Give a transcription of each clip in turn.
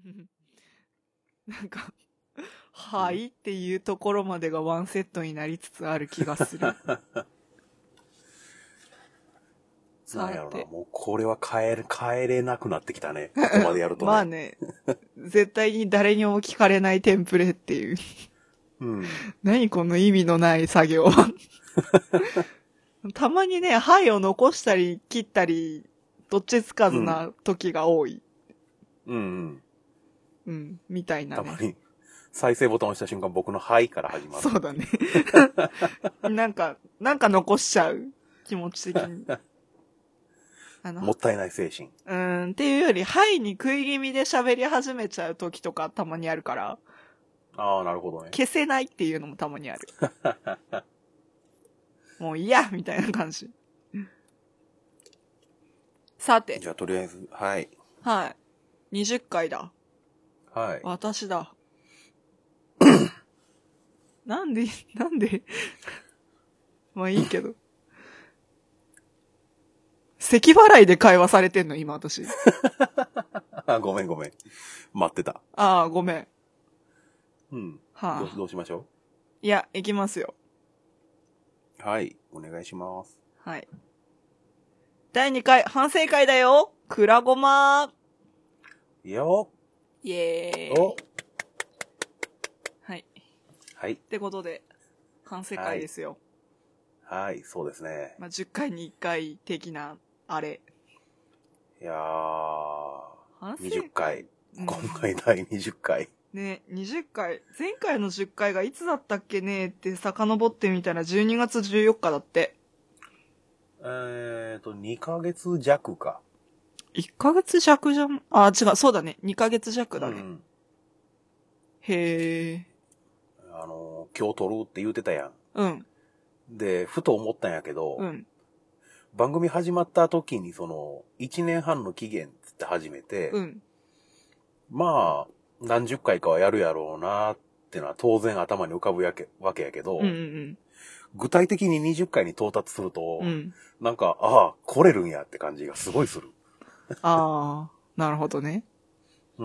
なんか、はいっていうところまでがワンセットになりつつある気がする。 なんやろな、もうこれは変えれなくなってきたね。ここまでやるとね。 まあね、絶対に誰にも聞かれないテンプレっていう。 うん。 何この意味のない作業。たまにね、はいを残したり切ったり、どっちつかずな時が多い。 うんうん。 うん、みたいなね。 たまに、再生ボタンを押した瞬間僕のはいから始まる。 そうだね。なんか残しちゃう。気持ち的に。 もったいない精神。 っていうより、はいに食い気味で喋り始めちゃう時とかたまにあるから。 ああ、なるほどね。 消せないっていうのもたまにある。もういいやみたいな感じ。さて。 じゃあとりあえず、はい。 はい。20回だ。 はい。 私だ。なんでまあいいけど。咳払いで会話されてんの今私。 ごめん。待ってた。 ああ、ごめん。 うん。 はどうしましょう？ いや、行きますよ。 はい。お願いします。 はい。第2回、反省会だよ。くらごまよイエーイ。 おはい。 はい。 ってことで、反省会ですよ。 はい、そうですね。 まあ、10回に1回的な、あれ。 いやー、 反省 20回。 うん今回第20回。 ね、20回。前回の10回がいつだったっけねって遡ってみたら12月14日だって。 2ヶ月弱か。 1ヶ月弱じゃん。あ、違う、そうだね。2ヶ月弱だね。 うん、 へえ。 今日撮るって言うてたやん。 うん。 で、ふと思ったんやけど、 うん。 番組始まった時に1年半の期限つって始めて、 うん。 まあ、何十回かはやるやろうなってのは当然頭に浮かぶわけやけど、 うんうん具体的に20回に到達すると、 うん。うん。 なんか、ああ、来れるんやって感じがすごいする。 ああ、なるほどね。 うん。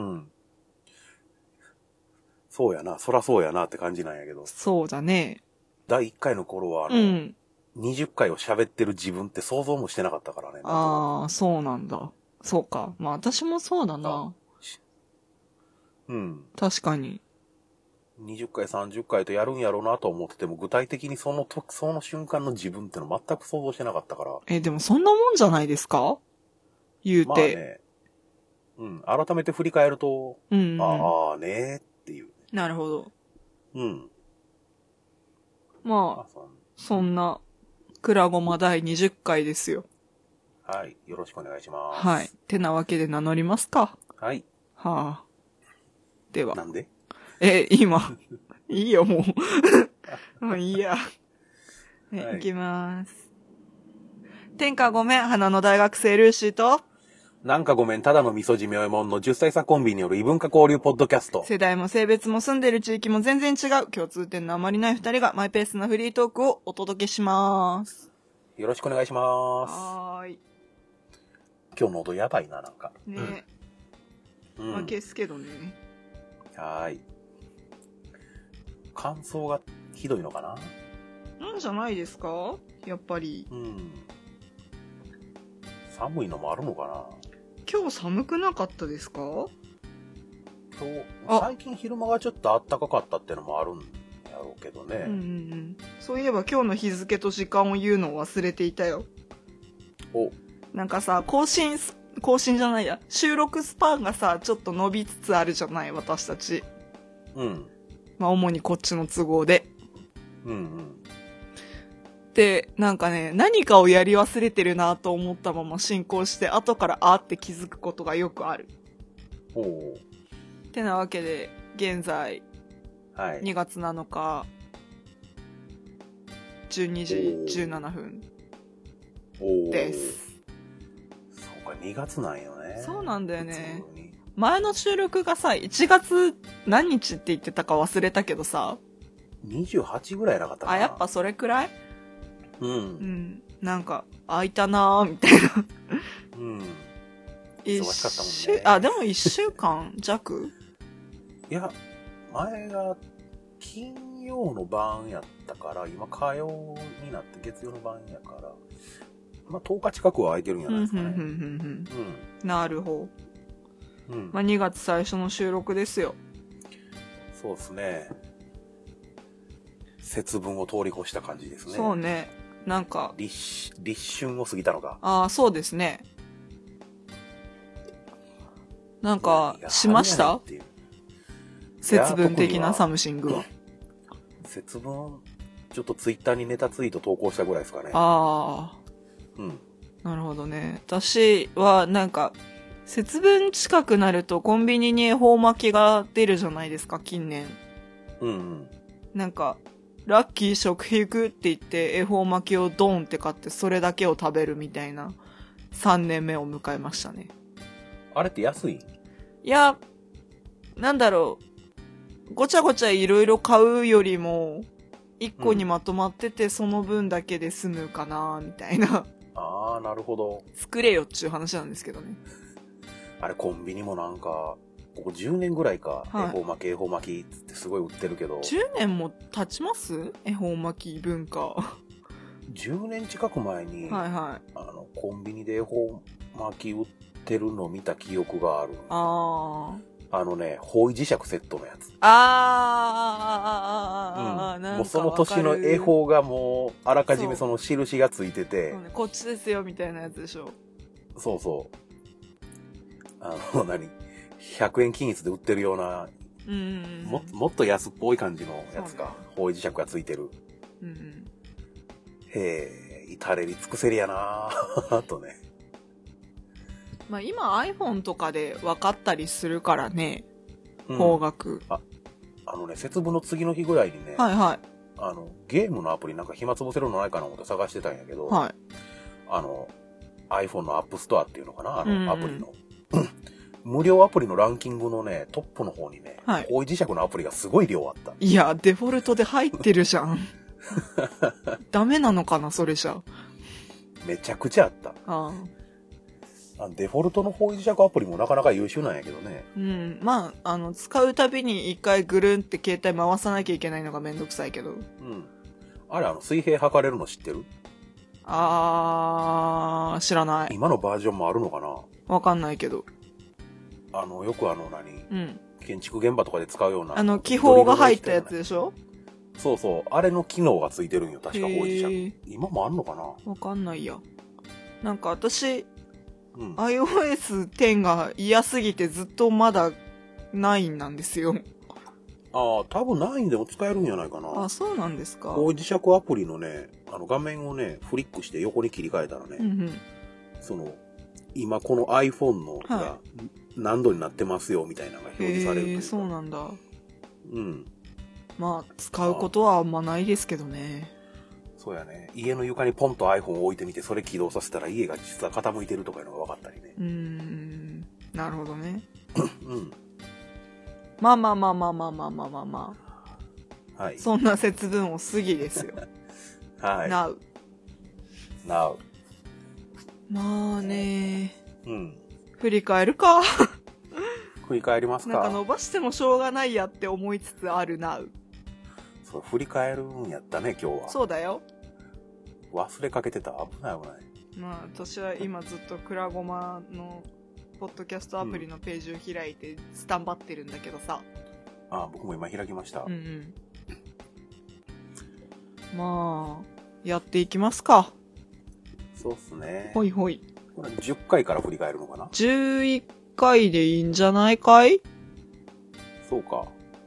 そうやな、そらそうやなって感じなんやけど。 そうだね。 第1回の頃はうん。 20回を喋ってる自分って想像もしてなかったからね。 ああ、そうなんだ。そうか。まあ私もそうだな。 うん。 確かに。 20回、30回とやるんやろうなと思ってても、具体的にその瞬間の自分っての全く想像してなかったから。 でもそんなもんじゃないですか言うて。 まあね。うん。改めて振り返ると、 うん、うん。 ああねっていう。 なるほど。 うん。 まあ、そんな、くらごま第20回ですよ。 はい。よろしくお願いします。 はい。てなわけで名乗りますか。 はい。 はあ。では。 なんで？ 今。いいよ、もう。もういいや。 はいいきます。天下ごめん、花の大学生ルーシーと、 なんかごめん、ただの味噌汁妙門の10歳差コンビによる異文化交流ポッドキャスト。 世代も性別も住んでる地域も全然違う共通点のあまりない二人がマイペースなフリートークをお届けします。 よろしくお願いします。 はーい。 今日の音やばいな、なんか。 ねうん。 まあ消すけどね。 はーい。乾燥がひどいのかな？ なんじゃないですかやっぱり。 うん。寒いのもあるのかな？ 今日寒くなかったですか？ 最近昼間がちょっと暖かかったってのもあるんやろうけどね。 うんうんうん。そういえば今日の日付と時間を言うのを忘れていたよ。なんかさ、更新じゃないや。収録スパンがさ、ちょっと伸びつつあるじゃない、私たち。 うん。 まあ主にこっちの都合で。 うんうん。 で、なんかね、何かをやり忘れてるなと思ったまま進行して、後からあーって気づくことがよくある。 おう。 てなわけで、現在、 はい。 2月7日、12時17分です。 そうか、2月なんよね。 そうなんだよね。前の収録がさ、1月何日って言ってたか忘れたけどさ。 28ぐらいなかったかな。 あ、やっぱそれくらい？ うん。 うん。なんか、空いたなーみたいな。 うん。 忙しかったもんね。 あ、でも1週間弱いや、前が金曜の晩やったから、今火曜になって月曜の晩やから、まあ10日近くは空いてるんじゃないですかね。 なるほど。 まあ2月最初の収録ですよ。 そうですね。節分を通り越した感じですね。 そうね。なんか。 立春を過ぎたのか。 ああ、そうですね。なんか、しました節分的なサムシングは。 節分、ちょっとツイッターにネタツイート投稿したぐらいですかね。 ああ。なるほどね。私はなんか、節分近くなるとコンビニに恵方巻きが出るじゃないですか、近年。なんか、ラッキー食費って言って恵方巻きをドーンって買ってそれだけを食べるみたいな3年目を迎えましたね。 あれって安い？ いや、なんだろう。ごちゃごちゃいろいろ買うよりも、1個にまとまっててその分だけで済むかな、みたいな。 ああ、なるほど。 作れよっていう話なんですけどね。 あれコンビニもなんか、ここ10年ぐらいか、恵方巻き恵方巻きってすごい売ってるけど。 10年も経ちます？恵方巻き文化。 10年近く前に、コンビニで恵方巻き売ってるのを見た記憶がある。方位磁石セットのやつ。もうその年の恵方がもう、あらかじめその印がついてて。 こっちですよみたいなやつでしょ。 そうそう。100円均一で売ってるような、もっと安っぽい感じのやつか。方位磁石がついてる。へえ、至れり尽くせりやなぁとね。 まあ今 iPhone とかで分かったりするからね。方角。 節分の次の日ぐらいにね。ゲームのアプリなんか暇つぶせるのないかな思って探してたんやけど。iPhone の App Store っていうのかなアプリの。無料アプリのランキングのね、トップの方にね、方位磁石のアプリがすごい量あった。 いや、デフォルトで入ってるじゃん。ダメなのかな、それじゃ。 めちゃくちゃあった。デフォルトの方位磁石アプリもなかなか優秀なんやけどね。 まあ、使うたびに一回ぐるんって携帯回さなきゃいけないのがめんどくさいけど。 あれ、水平測れるの知ってる？ 知らない。 今のバージョンもあるのかな？ わかんないけど。 よく建築現場とかで使うような。 気泡が入ったやつでしょ？ そうそう。あれの機能がついてるんよ、確か方位磁石。今もあんのかな？ わかんないや。なんか私、iOS 10が嫌すぎてずっとまだ9なんですよ。 多分9でも使えるんじゃないかな。 そうなんですか。 方位磁石アプリのね、画面をね、フリックして横に切り替えたらね、今この iPhone のが何度になってますよみたいなのが表示されるというか。 そうなんだ。まあ、使うことはあんまないですけどね。 そうやね。家の床にポンと iPhone を置いてみて、それ起動させたら家が実は傾いてるとかいうのが分かったりね。 なるほどね。まあ。はい。そんな節分を過ぎですよ。 はい。 Now。 まあね。振り返るか。 振り返りますか。 なんか伸ばしてもしょうがないやって思いつつある Now。 そう、振り返るんやったね、今日は。 そうだよ。 忘れかけてた。危ない。 まあ、私は今ずっとくらごまのポッドキャストアプリのページを開いてスタンバってるんだけどさ。 僕も今開きました。 まあ、やっていきますか。 そうっすね。 ほいほい。 これ10回から振り返るのかな？ 11回でいいんじゃないかい？ そうか。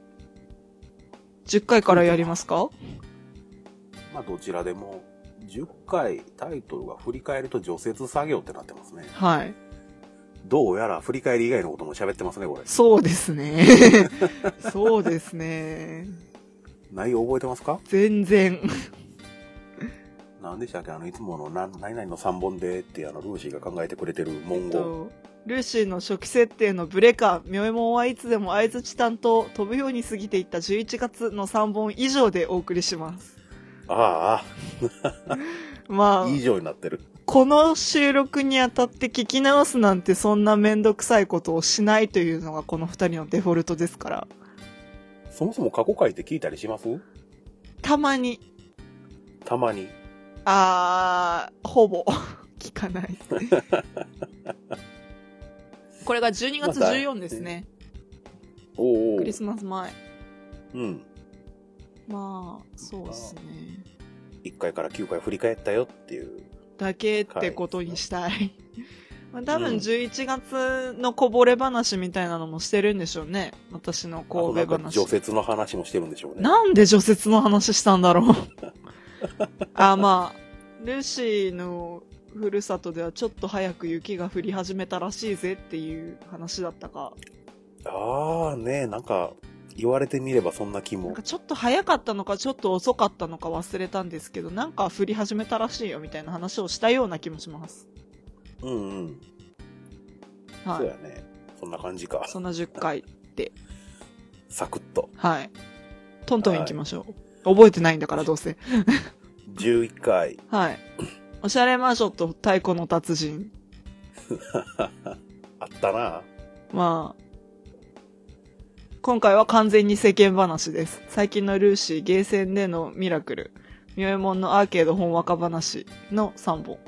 10回からやりますか？ まあどちらでも10回タイトルが振り返ると除雪作業ってなってますね。 はい。 どうやら振り返り以外のことも喋ってますね、これ。 そうですね。そうですね。 内容覚えてますか？ 全然。 何でしたっけ？いつもの何々の3本でってルーシーが考えてくれてる文言。 ルーシーの初期設定のブレか、妙右衛門はいつでも相槌担当、飛ぶように過ぎていった11月の3本以上でお送りします。 まあ、 以上になってる。 この収録にあたって聞き直すなんてそんなめんどくさいことをしないというのがこの二人のデフォルトですから。 そもそも過去回って聞いたりします？ たまに。 たまに。 ほぼ聞かない。これが12月14ですね。 おー。 クリスマス前。 うん。 まあ、そうですね。 1回から9回振り返ったよっていう。 だけってことにしたい。まあ、多分11月のこぼれ話みたいなのもしてるんでしょうね。私の神戸話。 除雪の話もしてるんでしょうね。 なんで除雪の話したんだろう。まあ、ルーシーのふるさとではちょっと早く雪が降り始めたらしいぜっていう話だったか。 なんか言われてみればそんな気も。 なんかちょっと早かったのかちょっと遅かったのか忘れたんですけど、なんか降り始めたらしいよみたいな話をしたような気もします。 うんうん。はい。そうやね。そんな感じか。 そんな10回で。 サクッと。 はい。トントン行きましょう。はい、覚えてないんだからどうせ。 11回。 はい。おしゃれ魔女と太鼓の達人。 あったな。 まあ。今回は完全に世間話です。最近のルーシー、ゲーセンでのミラクル、ミョエモンのアーケード本若話の3本。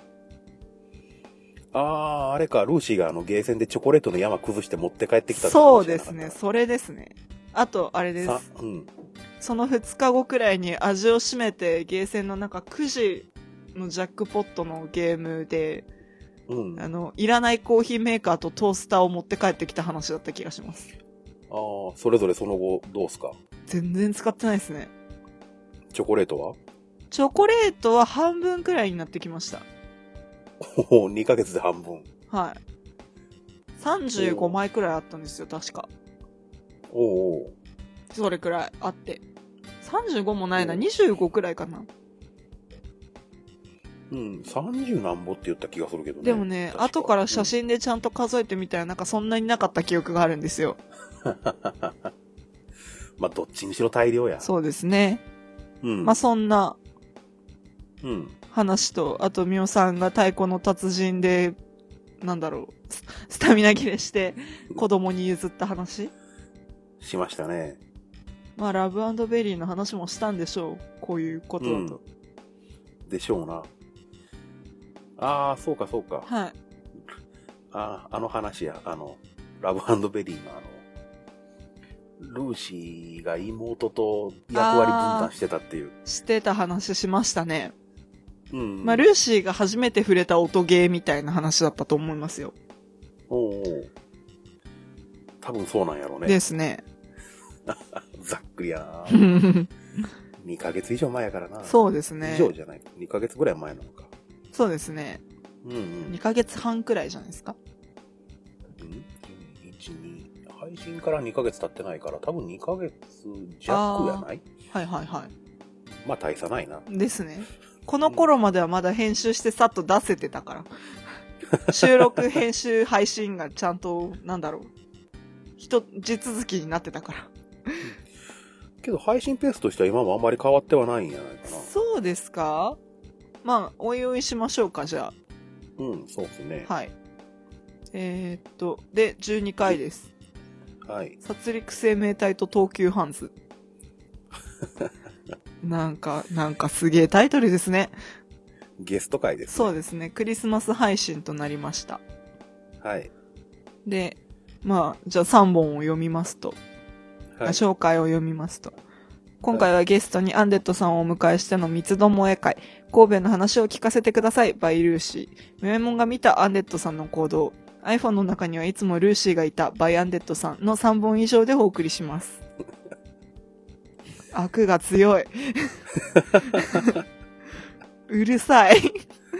あれか、ルーシーがゲーセンでチョコレートの山崩して持って帰ってきたってそうですね、それですね。あと、あれです。 うん。 その2日後くらいに味を占めてゲーセンのなんか9時のジャックポットのゲームで、うん、いらないコーヒーメーカーとトースターを持って帰ってきた話だった気がします。 それぞれその後どうすか？ 全然使ってないですね。 チョコレートは？ チョコレートは半分くらいになってきました。 2ヶ月で半分。 はい。35枚くらいあったんですよ、確か。 お。 それくらいあって。35もないな、25くらいかな。 うん、30何ぼって言った気がするけどね。 でもね、後から写真でちゃんと数えてみたらなんかそんなになかった記憶があるんですよ。 まあ、どっちにしろ大量や。 そうですね。うん。まあ、そんな、話と、あと、みおさんが太鼓の達人で、なんだろう、スタミナ切れして、子供に譲った話しましたね。 まあ、ラブ&ベリーの話もしたんでしょう。こういうことだと。 でしょうな。そうかそうか。 はい。 あの話や、ラブ&ベリーのルーシーが妹と役割分担してたっていう。 してた話しましたね。 うん。 まあ、ルーシーが初めて触れた音ゲーみたいな話だったと思いますよ。 おう。多分そうなんやろうね。 ですね。 ざっくりやな。2ヶ月以上前やからな。 そうですね。 以上じゃない。2ヶ月ぐらい前なのか。 そうですね。 うんうん。 2ヶ月半くらいじゃないですか。 1、2、配信から2ヶ月経ってないから、多分2ヶ月弱やない？ はいはいはい。 まあ大差ないな。 ですね。この頃まではまだ編集してさっと出せてたから。収録、編集、配信がちゃんと、なんだろう。地続きになってたから。 けど配信ペースとしては今もあんまり変わってはないんじゃないかな。 そうですか？まあ、おいおいしましょうか、じゃあ。 うん、そうですね。 はい。で、12回です。 はい。 殺戮生命体と東急ハンズ。なんかすげえタイトルですね。 ゲスト回ですね。 そうですね。クリスマス配信となりました。 はい。 で、まあ、じゃあ3本を読みますと。はい、紹介を読みますと。今回はゲストにアンデッドさんをお迎えしての三つどもえ会、神戸の話を聞かせてください、バイルーシー。メメモンが見たアンデッドさんの行動、iPhone の中にはいつもルーシーがいたバイアンデッドさんの3本以上でお送りします。悪が強い。うるさい。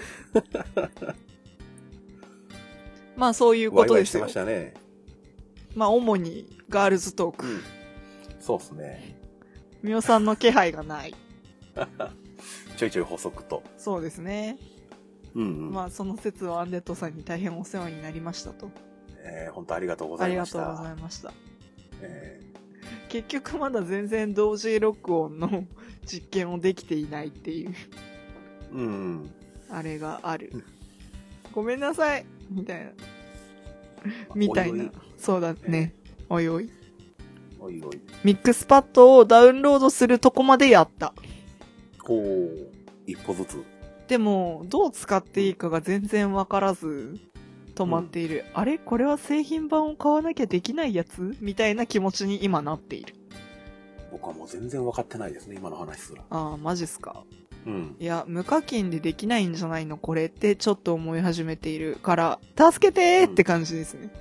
まあそういうことですよ。 ワイワイしてましたね。 まあ主にガールズトーク。 そうですね。 みおさんの気配がない。 ちょいちょい補足と。 そうですね。 うん、 まあその説はアンデッドさんに大変お世話になりましたと。 本当ありがとうございました。 ありがとうございました。結局まだ全然同時録音の実験をできていないっていう。 うん。 あれがある。ごめんなさいみたいな。みたいな。 おいおいそうだね。おいおい。 おいおい。 ミックスパッドをダウンロードするとこまでやった。 ほう。一歩ずつ。 でも、どう使っていいかが全然わからず、止まっている。あれこれは製品版を買わなきゃできないやつみたいな気持ちに今なっている。 僕はもう全然分かってないですね、今の話すら。 ああ、マジっすか。 うん。 いや、無課金でできないんじゃないのこれってちょっと思い始めているから、助けてーって感じですね。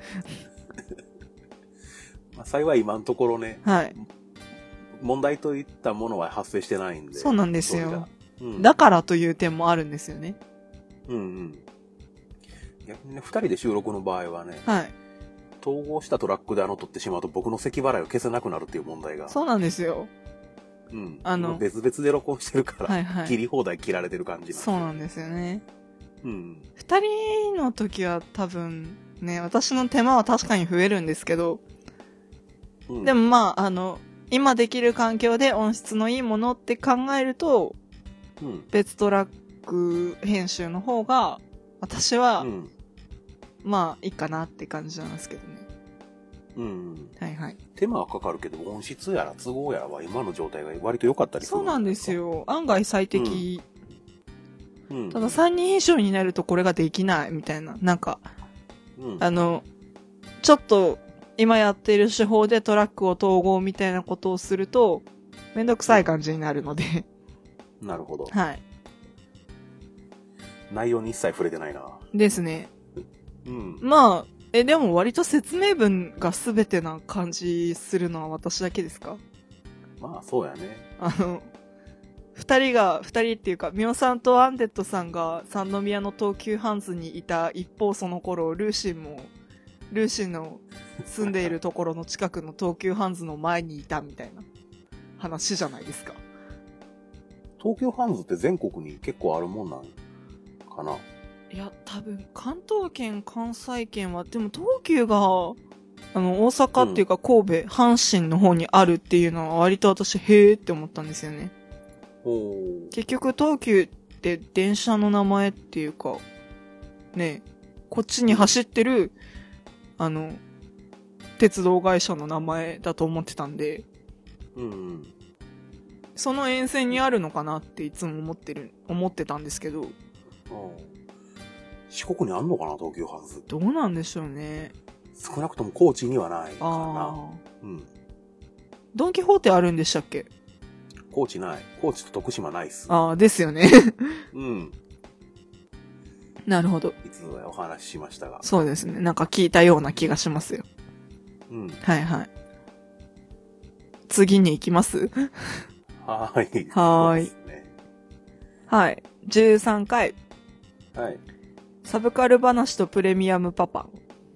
まあ、幸い今のところね、 はい。 問題といったものは発生してないんで。 そうなんですよ。 うん、 だからという点もあるんですよね。 うんうん。逆にね、二人で収録の場合はね、 はい。 統合したトラックで撮ってしまうと僕の咳払いを消せなくなるっていう問題が。 そうなんですよ。 うん。別々で録音してるから、 はいはい、 切り放題切られてる感じなんですよ。 そうなんですよね。 うん。 二人の時は多分、ね、私の手間は確かに増えるんですけど、うん、でもまあ、今できる環境で音質のいいものって考えると、うん、別トラック編集の方が、私は、うん、まあ、いいかなって感じなんですけどね。 うん。 はいはい。 手間はかかるけど、音質やら都合やらは今の状態が割と良かったりする。 そうなんですよ。案外最適。うん、ただ3人以上になるとこれができないみたいな。なんか、うん、ちょっと、今やっている手法でトラックを統合みたいなことをすると、めんどくさい感じになるので。 なるほど。 はい。 内容に一切触れてないな。 ですね。 うん。 まあ、でも割と説明文が全てな感じするのは私だけですか？ まあ、そうやね。 二人っていうか、ミオさんとアンデッドさんが三宮の東急ハンズにいた一方その頃、ルーシンの住んでいるところの近くの東急ハンズの前にいたみたいな話じゃないですか。 東急ハンズって全国に結構あるもんなんかな？ いや、多分、関東圏、関西圏は、でも東急が、大阪っていうか神戸、阪神の方にあるっていうのは割と私、へーって思ったんですよね。結局東急って電車の名前っていうか、ね、こっちに走ってる、鉄道会社の名前だと思ってたんで、 うんうん、 その沿線にあるのかなっていつも思ってたんですけど、 四国にあんのかな、東急ハンズ。 どうなんでしょうね。 少なくとも高知にはないかな。うん。 ドンキホーテあるんでしたっけ？ 高知ない。高知と徳島ないっす。 ああ、ですよね。 うん。 なるほど。 いつお話ししましたが。 そうですね。なんか聞いたような気がしますよ。 うん。 はいはい。次に行きます？ はーい。 はーい。ね、はい。13回。 はい。 サブカル話とプレミアムパパ。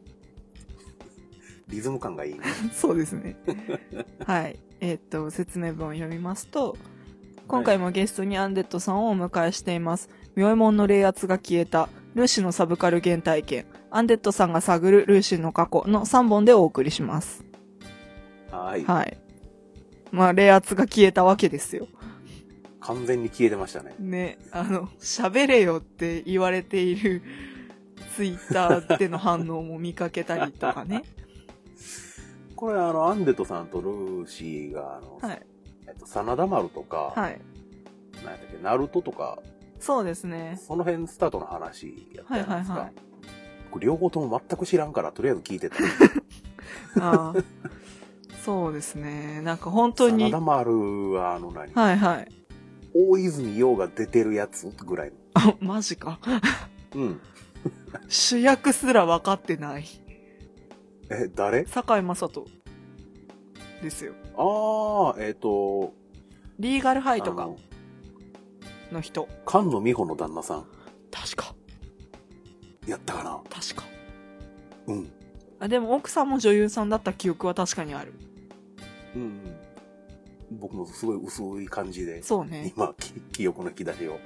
リズム感がいいね。 そうですね。はい。説明文を読みますと、今回もゲストにアンデッドさんをお迎えしています。妙右衛門の冷圧が消えた、ルーシーのサブカル原体験、アンデッドさんが探るルーシーの過去の3本でお送りします。 はい。 はい。まあ、冷圧が消えたわけですよ。 完全に消えてましたね。 ね、喋れよって言われているツイッターでの反応も見かけたりとかね。 これアンデトさんとルーシーがはい、真田丸とか、 はい。 何やったっけ、ナルトとか、 そうですね。 その辺スタートの話やったじゃないですか。 はいはいはい。 僕両方とも全く知らんからとりあえず聞いてた。 ああ。そうですね。なんか本当に。 真田丸は何？ はいはい。 大泉洋が出てるやつぐらいの。 あ、マジか。 うん。 主役すら分かってない。 誰？ 堺雅人ですよ。 ああ、 リーガルハイとかの人。 菅野美穂の旦那さん。 確か。 やったかな？ 確か。 うん。 あ、でも奥さんも女優さんだった記憶は確かにある。 うんうん。僕もすごい薄い感じで。 そうね。 今、記憶の引き出しを。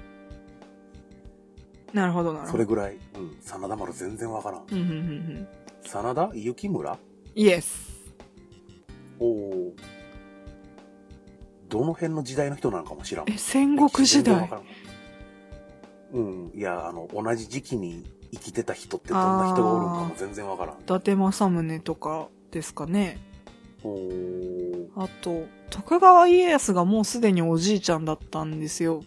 なるほどなるほど。 それぐらい。うん。真田丸全然わからん。 うんうんうんうん。 真田幸村？ イエス。 おー。どの辺の時代の人なのかも知らん。 戦国時代。 うん。いや、同じ時期に生きてた人ってどんな人がおるんかも全然わからん。 伊達政宗とかですかね。あと、徳川家康がもうすでにおじいちゃんだったんですよ。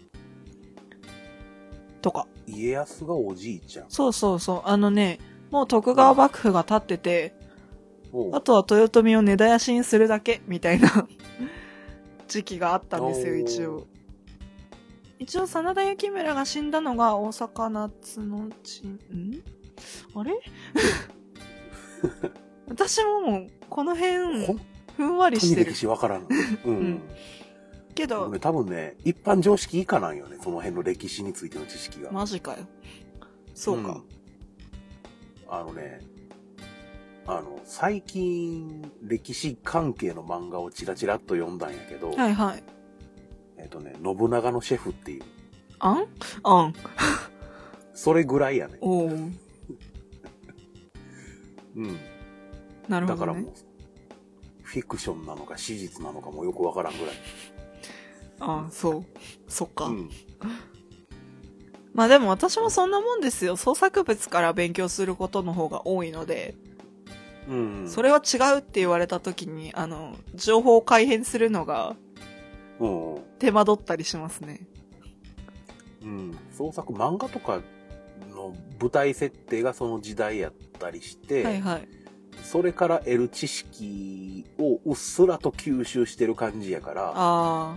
とか。 家康がおじいちゃん。 そうそうそう。もう徳川幕府が立ってて、あとは豊臣を根絶やしにするだけ、みたいな時期があったんですよ、一応。一応、真田幸村が死んだのが大阪夏のあれ私もこの辺、ふんわりしてる。 歴史わからん。うん。 けど、 多分ね、一般常識以下なんよね、その辺の歴史についての知識が。 マジかよ。そうか。 最近、歴史関係の漫画をチラチラっと読んだんやけど、 はいはい。 信長のシェフっていう。 あんそれぐらいやね。 おう。 うん。 なるほど、ね。 だからもう、フィクションなのか史実なのかもよくわからんぐらい。 そう。そっか。うん。まあでも私もそんなもんですよ。創作物から勉強することの方が多いので、うん、それは違うって言われた時に、情報を改変するのが、手間取ったりしますね。 うん。創作漫画とかの舞台設定がその時代やったりして、はいはい。それから得る知識をうっすらと吸収してる感じやから、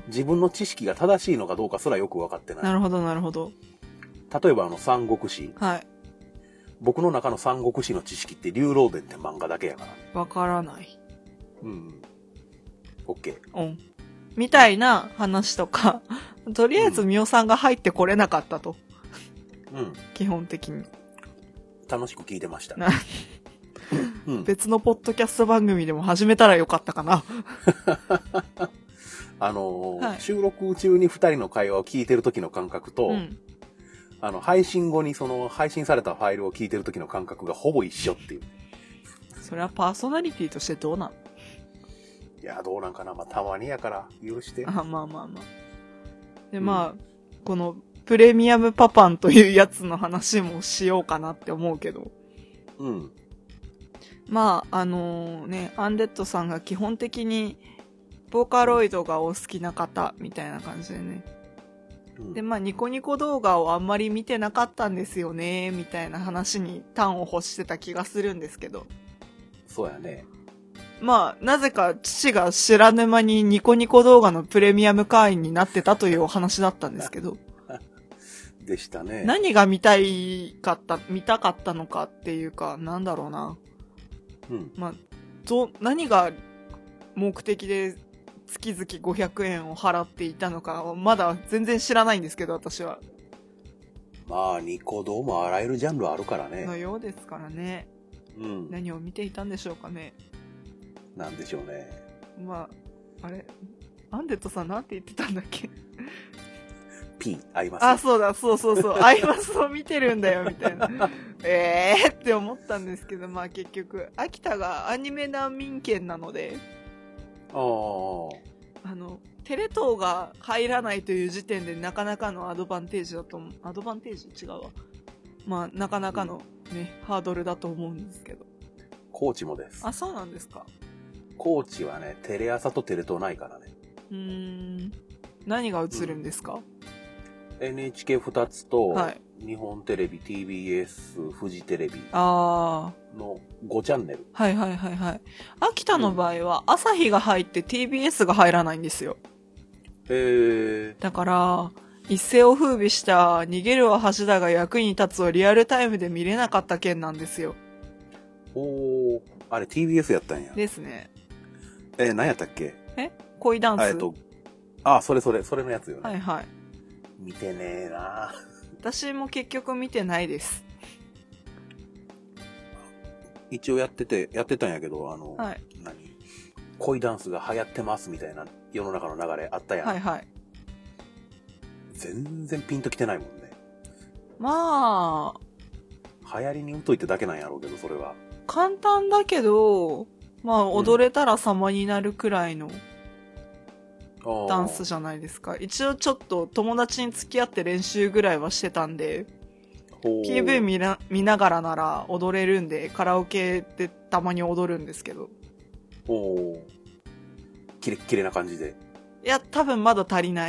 自分の知識が正しいのかどうかすらよく分かってない。 なるほど、なるほど。 例えば三国志。はい。僕の中の三国志の知識って竜狼伝って漫画だけやからね。 わからない。 うん。OK。 うん。みたいな話とか、とりあえずみおさんが入ってこれなかったと。うん。基本的に。 楽しく聞いてました。 うん、別のポッドキャスト番組でも始めたらよかったかな。 はい、収録中に二人の会話を聞いてる時の感覚と、うん、配信後にその配信されたファイルを聞いてる時の感覚がほぼ一緒っていう。 それはパーソナリティとしてどうなん？ いや、どうなんかな。まあ、たまにやから許して。 まあまあまあ。で、うん、まあ、このプレミアムパパンというやつの話もしようかなって思うけど。うん。まあ、アンデッドさんが基本的にボーカロイドがお好きな方みたいな感じでね。うん、で、まあ、ニコニコ動画をあんまり見てなかったんですよね、みたいな話に端を欲してた気がするんですけど。 そうやね。 まあ、なぜか父が知らぬ間にニコニコ動画のプレミアム会員になってたというお話だったんですけど。 でしたね。 何が見たかったのかっていうか、なんだろうな。うん、まあ、何が目的で月々500円を払っていたのかまだ全然知らないんですけど、私は。 まあ、ニコ動もあらゆるジャンルあるからね。 のようですからね。うん。何を見ていたんでしょうかね。 なんでしょうね。 まあ、あれ、アンデッドさんなんて言ってたんだっけ ？P、アイマス。 あ、そうだ、そうそうそう。アイマスを見てるんだよ、みたいな。って思ったんですけど、まあ結局、秋田がアニメ難民県なので、テレ東が入らないという時点でなかなかのアドバンテージだと思う。アドバンテージ違うわ。まあ、なかなかのね、ハードルだと思うんですけど。 高知もです。 あ、そうなんですか。 高知はね、テレ朝とテレ東ないからね。 何が映るんですか？ NHK2 つと、はい、日本テレビ、TBS、フジテレビの5チャンネル。 はいはいはいはい。秋田の場合は朝日が入って TBS が入らないんですよ。だから、一世を風靡した逃げるは橋田が役に立つをリアルタイムで見れなかった件なんですよ。 あれ TBS やったんや。 ですね。 何やったっけ？ 恋ダンス。 それのやつよね。 はいはい。 見てねえな。 私も結局見てないです。 一応やってたんやけど、はい、恋ダンスが流行ってますみたいな世の中の流れあったやん。はいはい。全然ピンときてないもんね。 まあ。流行りに疎いってだけなんやろうけど、それは。 簡単だけど、まあ、踊れたら様になるくらいのダンスじゃないですか。一応ちょっと友達に付き合って練習ぐらいはしてたんで、PV 見ながらなら踊れるんで、カラオケでたまに踊るんですけど。 キレッキレな感じで。 いや、多分まだ足りない。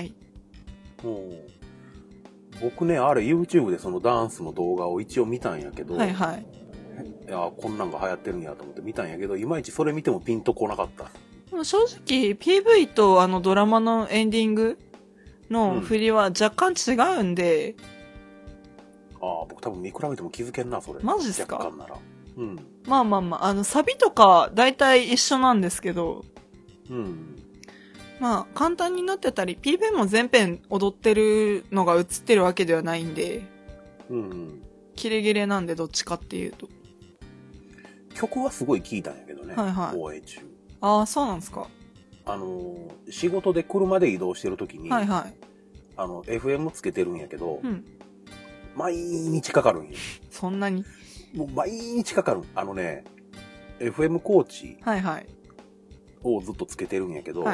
僕ね、あれ YouTube でそのダンスの動画を一応見たんやけど、 はいはい。 いや、こんなんが流行ってるんやと思って見たんやけど、いまいちそれ見てもピンとこなかった。 正直 PV とドラマのエンディングの振りは若干違うんで、 僕多分見比べても気づけんな、それ。 マジっすか？ 若干なら。うん。 まあまあまあ、サビとか大体一緒なんですけど、 うん。 まあ、簡単になってたり、PV も全編踊ってるのが映ってるわけではないんで、キレキレなんでどっちかっていうと。 曲はすごい聴いたんやけどね。 はいはい。 放映中。 ああ、そうなんですか。 仕事で車で移動してるときに、 はいはい。 FM つけてるんやけど、 うん。 毎日かかるんよ。 そんなに？ もう毎日かかる。FM 高知をずっとつけてるんやけど、 はい。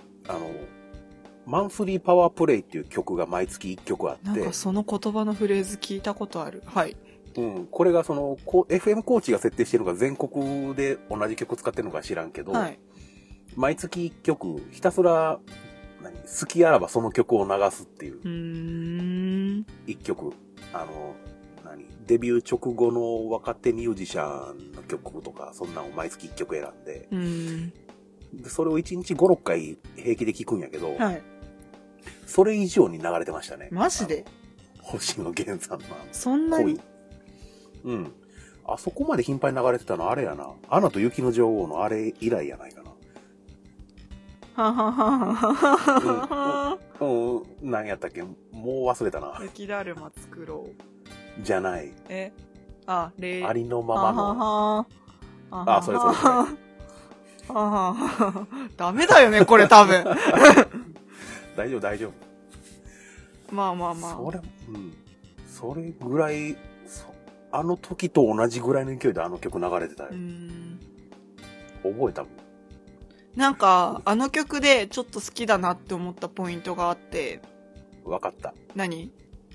マンスリーパワープレイっていう曲が毎月1曲あって。 なんかその言葉のフレーズ聞いたことある。はい。 うん。これがFM 高知が設定してるのが全国で同じ曲使ってるのか知らんけど、はい、毎月1曲、ひたすら、好きあらばその曲を流すっていう。1曲。デビュー直後の若手ミュージシャンの曲とか、そんなのを毎月1曲選んで、でそれを1日5、6回平気で聴くんやけど、はい、それ以上に流れてましたね。 マジで？ 星野源さんのそんなに？ うん。あそこまで頻繁に流れてたのあれやな。アナと雪の女王のあれ以来やないかな。 はははは。 何やったっけ？もう忘れたな。 雪だるま作ろう。 じゃない。 ありのままの。それ。 ダメだよね、これ多分。 大丈夫。 まあまあまあ。 それぐらい、あの時と同じぐらいの勢いであの曲流れてたよ。覚えたもん。 なんか、あの曲でちょっと好きだなって思ったポイントがあって。 わかった。 何？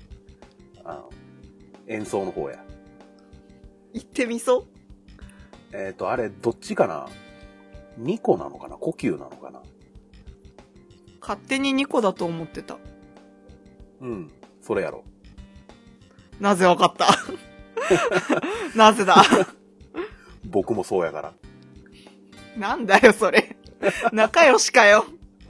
演奏の方や。 言ってみそう？ あれ、どっちかな？2個なのかな？呼吸なのかな？ 勝手に2個だと思ってた。 それやろ。 なぜわかったなぜだ僕もそうやから。 なんだよ、それ。仲良しかよ。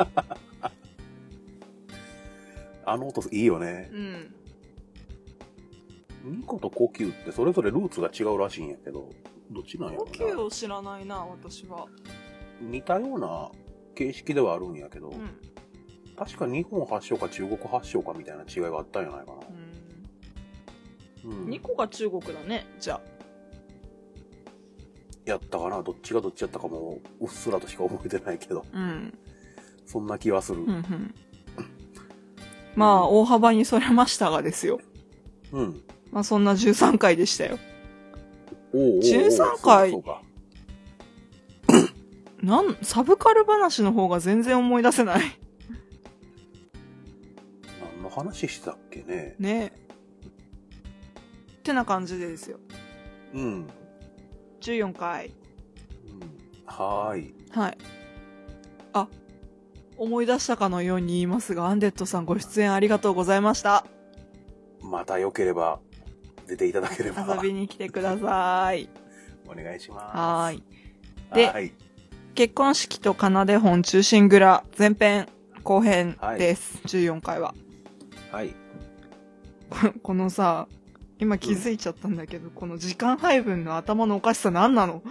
あの音いいよね。2個と呼吸ってそれぞれルーツが違うらしいんやけど、どっちなんやろな。 呼吸を知らないな、私は。 似たような形式ではあるんやけど、確か日本発祥か中国発祥かみたいな違いがあったんじゃないかな。 2個が中国だね、じゃあ。 やったかな、どっちがどっちやったかもうっすらとしか覚えてないけど、そんな気はする。 まあ、大幅にそれましたがですよ。まあ、そんな13回でしたよ。13回サブカル話の方が全然思い出せない。 何の話したっけね。 ね。ってな感じでですよ。14回。 はい。 思い出したかのように言いますが、アンデッドさんご出演ありがとうございました。 またよければ出ていただければ遊びに来てください。 お願いします。 はい。で、結婚式と奏で本忠臣蔵前編後編です。14回は。 はい。 このさ、今気づいちゃったんだけど、この時間配分の頭のおかしさ何なの？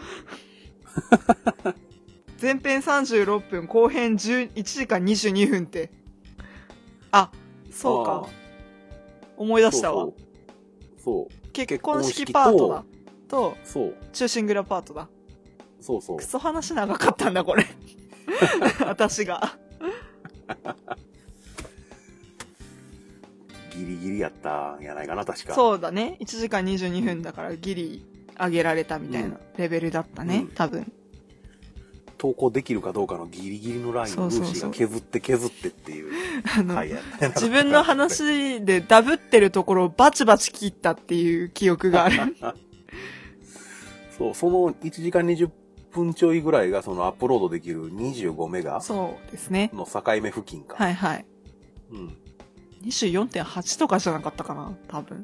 前編36分、後編1時間22分って。そうか。思い出したわ。 そう。 結婚式パートだ。と、 そう。 忠臣蔵パートだ。 そう。 クソ話長かったんだ、これ。私が。 ギリギリやったんやないかな、確か。 そうだね。1時間22分だからギリ上げられたみたいなレベルだったね、多分。 投稿できるかどうかのギリギリのラインをルーシーが削ってっていう回やった。 自分の話でダブってるところをバチバチ切ったっていう記憶がある。 そう、その1時間20分ちょいぐらいがそのアップロードできる25メガそうですね。 の境目付近か。 はいはい。 うん。 24.8 とかじゃなかったかな多分。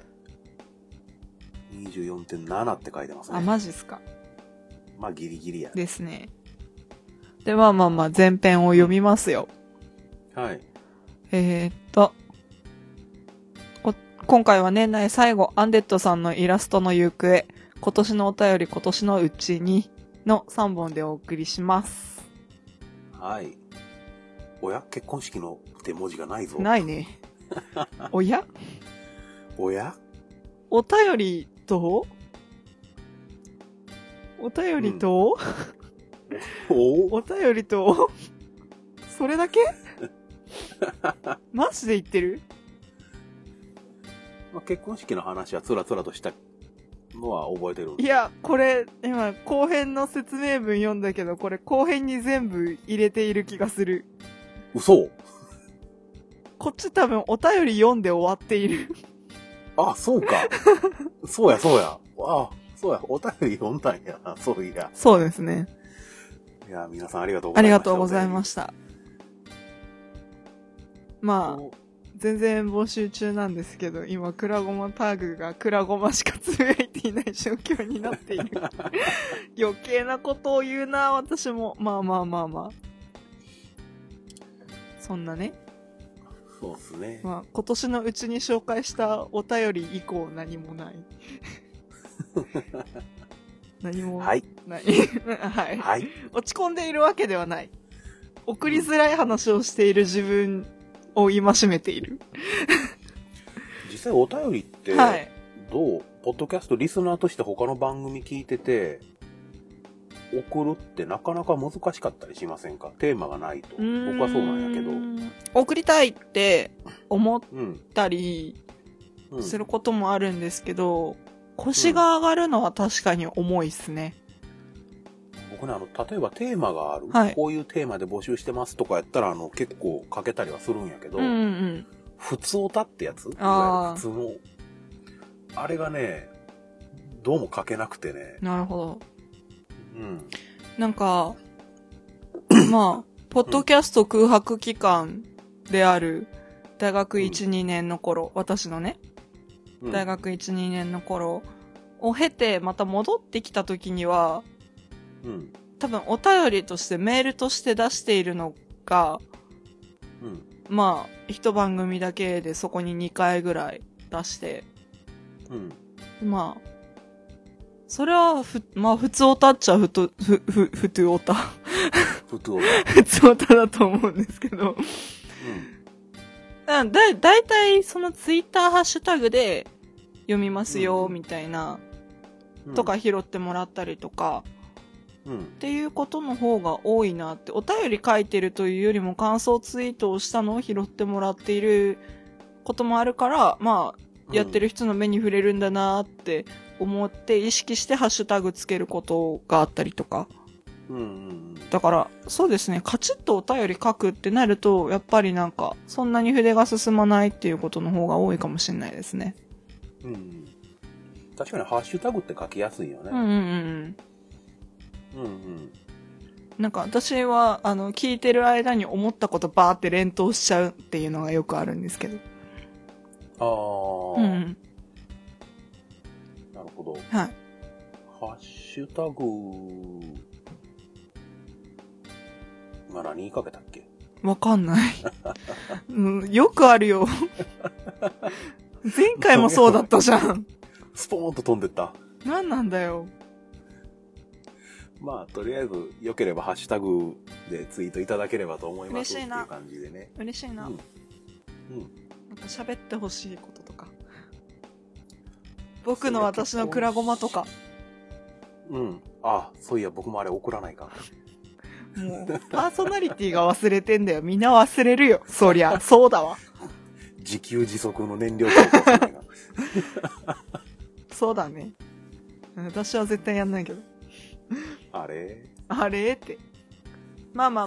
24.7 って書いてますね。 あ、マジっすか。 まあギリギリや。 ですね。で、まあ前編を読みますよ。 はい。 今回は年内最後、アンデッドさんのイラストの行方、今年のお便り今年のうちにの3本でお送りします。 はい。おや結婚式のって文字がないぞ。 ないね。おやおやお便りとお便りと、 うん、 お便りとそれだけマジで言ってる？ まあ、結婚式の話はつらつらとしたのは覚えてる。 いや、これ、今、後編の説明文読んだけど、これ後編に全部入れている気がする。 嘘？ こっち多分お便り読んで終わっている。 あ、そうか。そうや。あ、そうや。お便り読んだんやな。そういや。 そうですね。 いや、皆さんありがとうございました。 ありがとうございました。まあ、全然募集中なんですけど、今、クラゴマタグがクラゴマしかつぶやいていない状況になっている。余計なことを言うな、私も。まあ。そんなね。 そうっすね。 まあ、今年のうちに紹介したお便り以降何もない。何もない。 はい。 はい。 はい。 落ち込んでいるわけではない。送りづらい話をしている自分を戒めている。 実際お便りって、 はい、 どうポッドキャストリスナーとして他の番組聞いてて、送るってなかなか難しかったりしませんか？テーマがないと。僕はそうなんやけど。 送りたいって思ったりすることもあるんですけど、腰が上がるのは確かに重いっすね。 僕ね、例えばテーマがある、 はい、 こういうテーマで募集してますとかやったら、結構かけたりはするんやけど、普通歌ってやつ、いわゆる普通の、あれがね、どうも書けなくてね。 なるほど。 うん。 なんか、まあ、ポッドキャスト空白期間である大学1、2年の頃、私のね、大学1、2年の頃を経てまた戻ってきた時には、多分お便りとしてメールとして出しているのが、まあ、一番組だけでそこに2回ぐらい出して、まあ、それはまあ普通オタっちゃ普通オタ普通オタだと思うんですけど、だいたいそのツイッターハッシュタグで読みますよみたいな、とか拾ってもらったりとか、っていうことの方が多いなって。お便り書いてるというよりも感想ツイートをしたのを拾ってもらっていることもあるから、まあやってる人の目に触れるんだなって思って意識してハッシュタグつけることがあったりとか。だからそうですね、カチッとお便り書くってなるとやっぱりなんかそんなに筆が進まないっていうことの方が多いかもしれないですね。 確かにハッシュタグって書きやすいよね。 なんか私は聞いてる間に思ったことバーって連投しちゃうっていうのがよくあるんですけど。 なるほど。 はい。 ハッシュタグが何かけたっけ？ わかんない。よくあるよ。前回もそうだったじゃん。 スポーンと飛んでった。 何なんだよ。 まあとりあえず良ければハッシュタグでツイートいただければと思いますっていう感じでね。 嬉しいな。なんか喋ってほしいこととか。僕の私のクラゴマとか。 あ、そういや僕もあれ送らないか。 もうパーソナリティが忘れてんだよ。みんな忘れるよ。そりゃそうだわ。 自給自足の燃料効果が。 そうだね。私は絶対やんないけど。 あれって。 まあ。うん。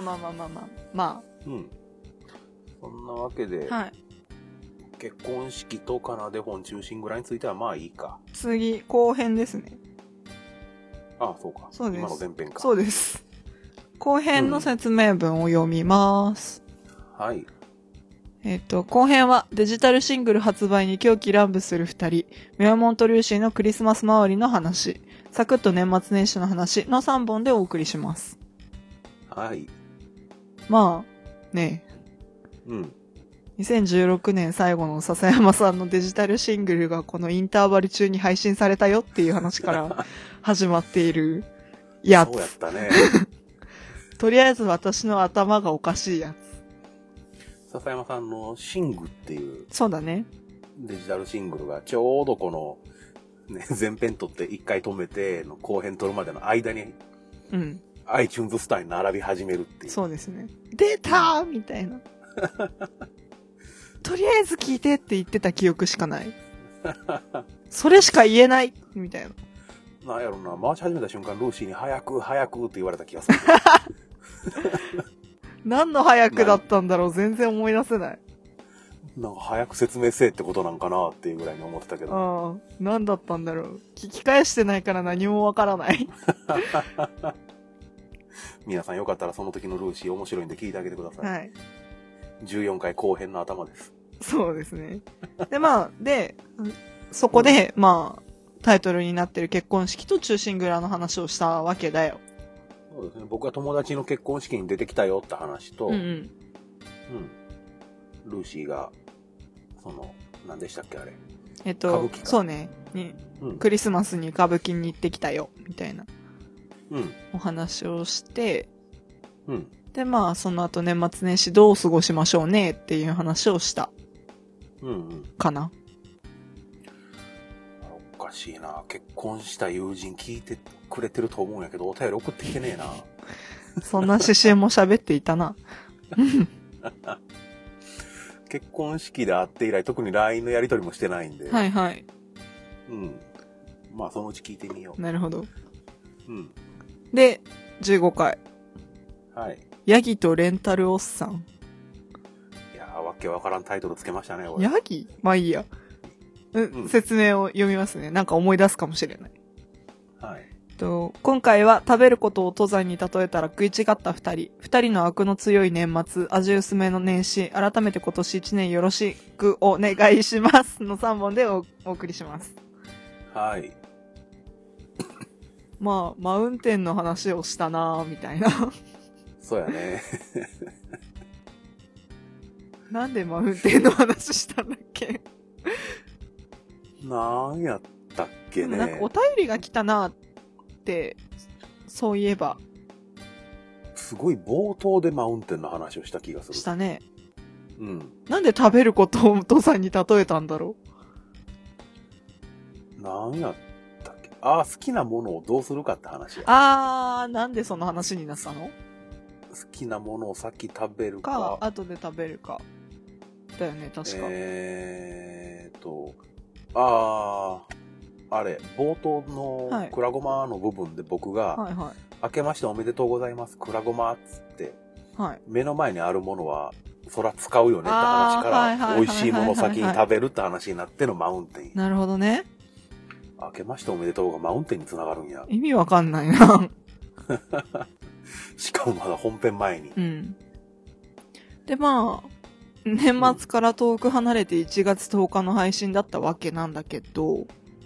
そんなわけで、 はい。 結婚式とかなで本中心蔵についてはまあいいか。 次、後編ですね。 ああ、そうか。 そうです。 今の前編か。 そうです。後編の説明文を読みます。 はい。 後編はデジタルシングル発売に狂気乱舞する二人、ミヤモンとリューシーのクリスマス周りの話、サクッと年末年始の話の3本でお送りします。 はい。 まあ、ねえ。うん。2016年最後の笹山さんのデジタルシングルがこのインターバル中に配信されたよっていう話から始まっているやつ。 そうやったね。 とりあえず私の頭がおかしいやつ。 笹山さんのシングっていう。 そうだね。 デジタルシングルがちょうどこの、ね、前編撮って一回止めての後編撮るまでの間に、うん。iTunes スターに並び始めるっていう。 そうですね。出たーみたいな。とりあえず聞いてって言ってた記憶しかない。それしか言えないみたいな。なんやろな、回し始めた瞬間、ルーシーに早くって言われた気がする。 何の早くだったんだろう、全然思い出せない。 なんか早く説明せえってことなんかなっていうぐらいに思ってたけど。 ああ、何だったんだろう。聞き返してないから何もわからない。 皆さんよかったらその時のルーシー面白いんで聞いてあげてください。 はい。 14回後編の頭です。 そうですね。で、そこで、タイトルになってる結婚式と忠臣蔵の話をしたわけだよ。 そうですね。僕は友達の結婚式に出てきたよって話と、ルーシーが、何でしたっけあれ。歌舞伎か。 そうね。クリスマスに歌舞伎に行ってきたよ、みたいな。お話をして、で、その後年末年始どう過ごしましょうねっていう話をした。かな。 おかしいな。結婚した友人聞いてくれてると思うんやけど、お便り送ってきてねえな。 そんな指針も喋っていたな。 結婚式で会って以来、特に LINE のやり取りもしてないんで。 はいはい。 そのうち聞いてみよう。なるほど。で、15回。 はい。 ヤギとレンタルおっさん。 いやー、わけわからんタイトルつけましたね、俺。 ヤギ？まあいいや。説明を読みますね。なんか思い出すかもしれない。 はい。 今回は食べることを登山に例えたら食い違った二人の悪の強い年末、味薄めの年始、改めて今年1年よろしくお願いしますの3本でお送りします。 はい。 マウンテンの話をしたなぁ、みたいな。 そうやね。 なんでマウンテンの話したんだっけ？ なんやったっけね。 なんかお便りが来たなって、そういえば。 すごい冒頭でマウンテンの話をした気がする。 したね。なんで食べることを登山に例えたんだろう。なんやったっけ。好きなものをどうするかって話や。 なんでその話になったの？ 好きなものを先食べるか。 後で食べるか。だよね、確か。 あれ、冒頭のくらごまの部分で僕が、明けましておめでとうございます、くらごまっつって、目の前にあるものは、そら使うよねって話から、美味しいものを先に食べるって話になってのマウンテン。 なるほどね。 明けましておめでとうがマウンテンにつながるんや。 意味わかんないな。 しかもまだ本編前に。 で、年末から遠く離れて1月10日の配信だったわけなんだけど。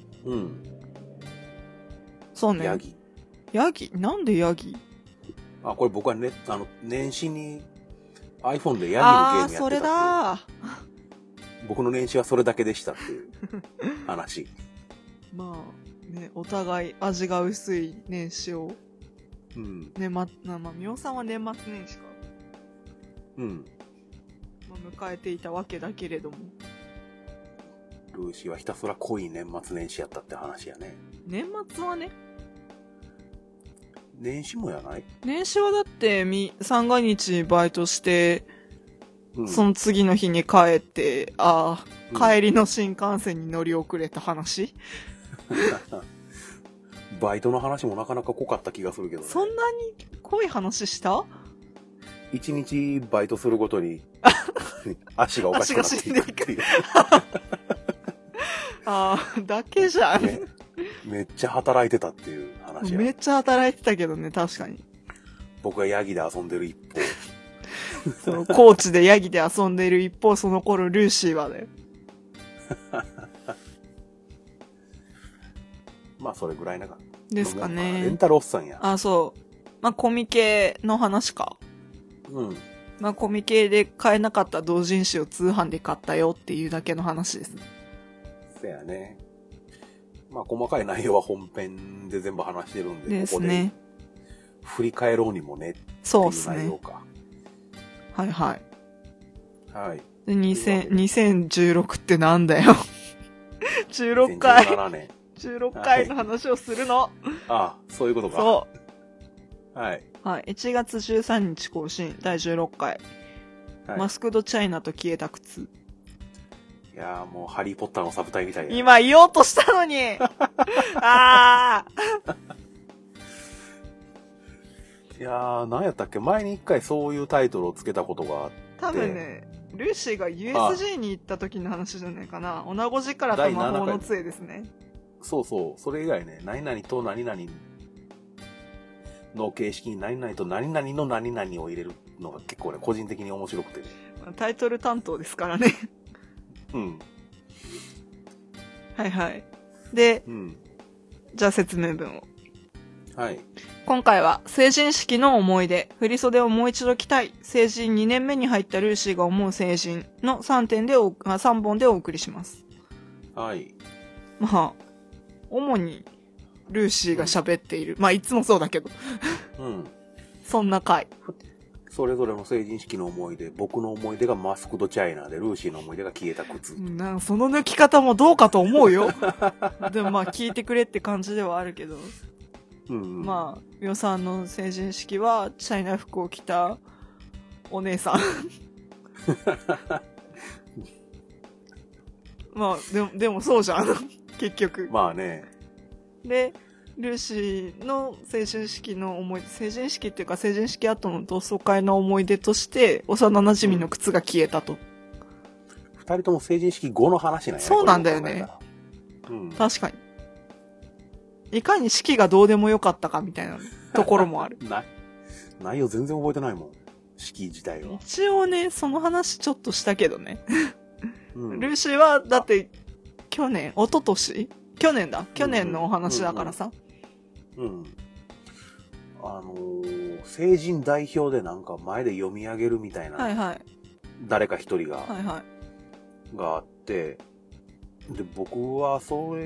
そうね。ヤギなんでヤギ？ これ僕はね、年始に iPhone でヤギのゲームやってた。 それだ。 僕の年始はそれだけでしたっていう話。 お互い味が薄い年始を。みおさんは年末年始か。迎えていたわけだけれども。 ルーシーはひたすら濃い年末年始やったって話やね。 年末はね。 年始もやない？ 年始はだって三が日バイトして、その次の日に帰って、帰りの新幹線に乗り遅れた話？ バイトの話もなかなか濃かった気がするけどね。 そんなに濃い話した？ 一日バイトするごとに足がおかしくなっていくっていうああ、だけじゃん、 ね。めっちゃ働いてたっていう話や。 めっちゃ働いてたけどね、確かに。 僕がヤギで遊んでる一方。 その高知でヤギで遊んでいる一方、その頃ルーシーはだよ。 まあそれぐらいなんか。 ですかね。 レンタルおっさんや。 あ、そう。まあコミケの話か。 うん。 まあコミケで買えなかった同人誌を通販で買ったよっていうだけの話ですね。 せやね。まあ細かい内容は本編で全部話してるんで、 ですね。 ここで振り返ろうにもね。 そうっすね。 内容か。 はいはい。 はい。 で、2016ってなんだよ。16回。 2017年。 16回の話をするの。 ああ、そういうことか。 そう。 はい。 はい。1月13日更新、第16回。はい、マスクドチャイナと消えた靴。 いやーもうハリーポッターのサブタイみたいな。 今言おうとしたのにあーいやー、何やったっけ、前に一回そういうタイトルをつけたことがあって。 多分ね、ルーシーが USJ に行った時の話じゃないかな。おなごじからと魔法の杖ですね。 そうそう。それ以外ね、何々と何々の形式に何々と何々の何々を入れるのが結構ね、個人的に面白くてね。 タイトル担当ですからね。 うん。 はいはい。で、うん、じゃあ説明文を。 はい。 今回は成人式の思い出、振袖をもう一度着たい、成人2年目に入ったルーシーが思う成人の3本でお送りします。 はい。 まあ、主にルーシーが喋っている。まあいつもそうだけど。うん。そんな回。 それぞれの成人式の思い出、僕の思い出がマスクドチャイナで、ルーシーの思い出が消えた靴。 その抜き方もどうかと思うよ。でもまあ聞いてくれって感じではあるけど。うんうん、まあ、予算の成人式は、チャイナ服を着たお姉さん。まあ、でもそうじゃん。結局。 まあね。 で、ルーシーの成人式の思い出、成人式っていうか成人式後の同窓会の思い出として、幼馴染の靴が消えたと。 二人とも成人式後の話なんやね。 そうなんだよね。うん、確かに。いかに式がどうでもよかったかみたいなところもある。 内容全然覚えてないもん。式自体は。 一応ね、その話ちょっとしたけどね。うん、ルーシーは、だって、去年のお話だからさ。うん。 成人代表でなんか前で読み上げるみたいな。はいはい。誰か一人が。はいはい。があって、で、僕は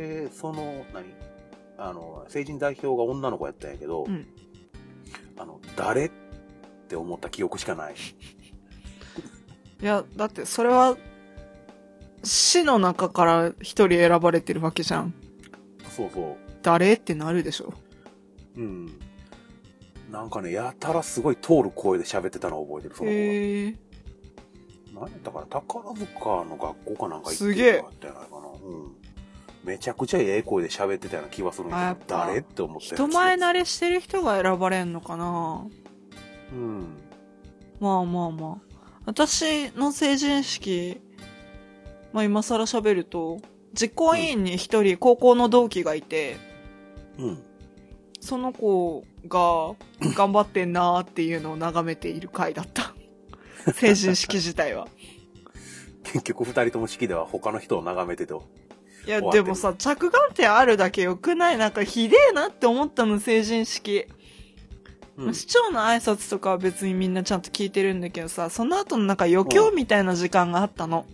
成人代表が女の子やったんやけど、うん、誰って思った記憶しかない。 いや、だってそれは、市の中から一人選ばれてるわけじゃん。 そうそう。 誰ってなるでしょ。 うん。なんかね、やたらすごい通る声で喋ってたのを覚えてる、その子が。何やったかな、宝塚の学校かなんか行ってたんじゃないかな。うん。めちゃくちゃええ声で喋ってたような気はするんだけど、誰って思って。 人前慣れしてる人が選ばれんのかな。うん。まあまあまあ。私の成人式、まあ今更喋ると、実行委員に一人高校の同期がいて、うん。その子が頑張ってんなーっていうのを眺めている回だった。成人式自体は。 結局二人とも式では他の人を眺めてと。 いや、でもさ、着眼点あるだけよくない？なんかひでえなって思ったの、成人式。うん、市長の挨拶とかは別にみんなちゃんと聞いてるんだけどさ、その後のなんか余興みたいな時間があったの。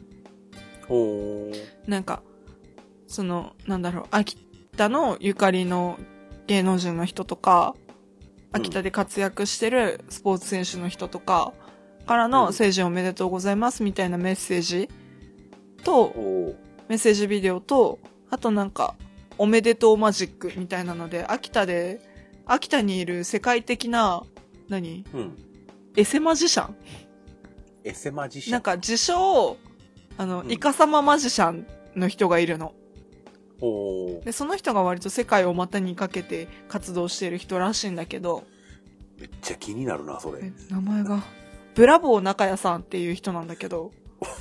なんか、秋田のゆかりの芸能人の人とか、秋田で活躍してるスポーツ選手の人とかからの成人おめでとうございますみたいなメッセージと、メッセージビデオと、あとなんか、おめでとうマジックみたいなので、秋田にいる世界的な、エセマジシャン？ エセマジシャン？ なんか自称、イカサママジシャンの人がいるの。で、その人が割と世界を股にかけて活動している人らしいんだけど。 めっちゃ気になるな、それ。 名前がブラボー中谷さんっていう人なんだけど、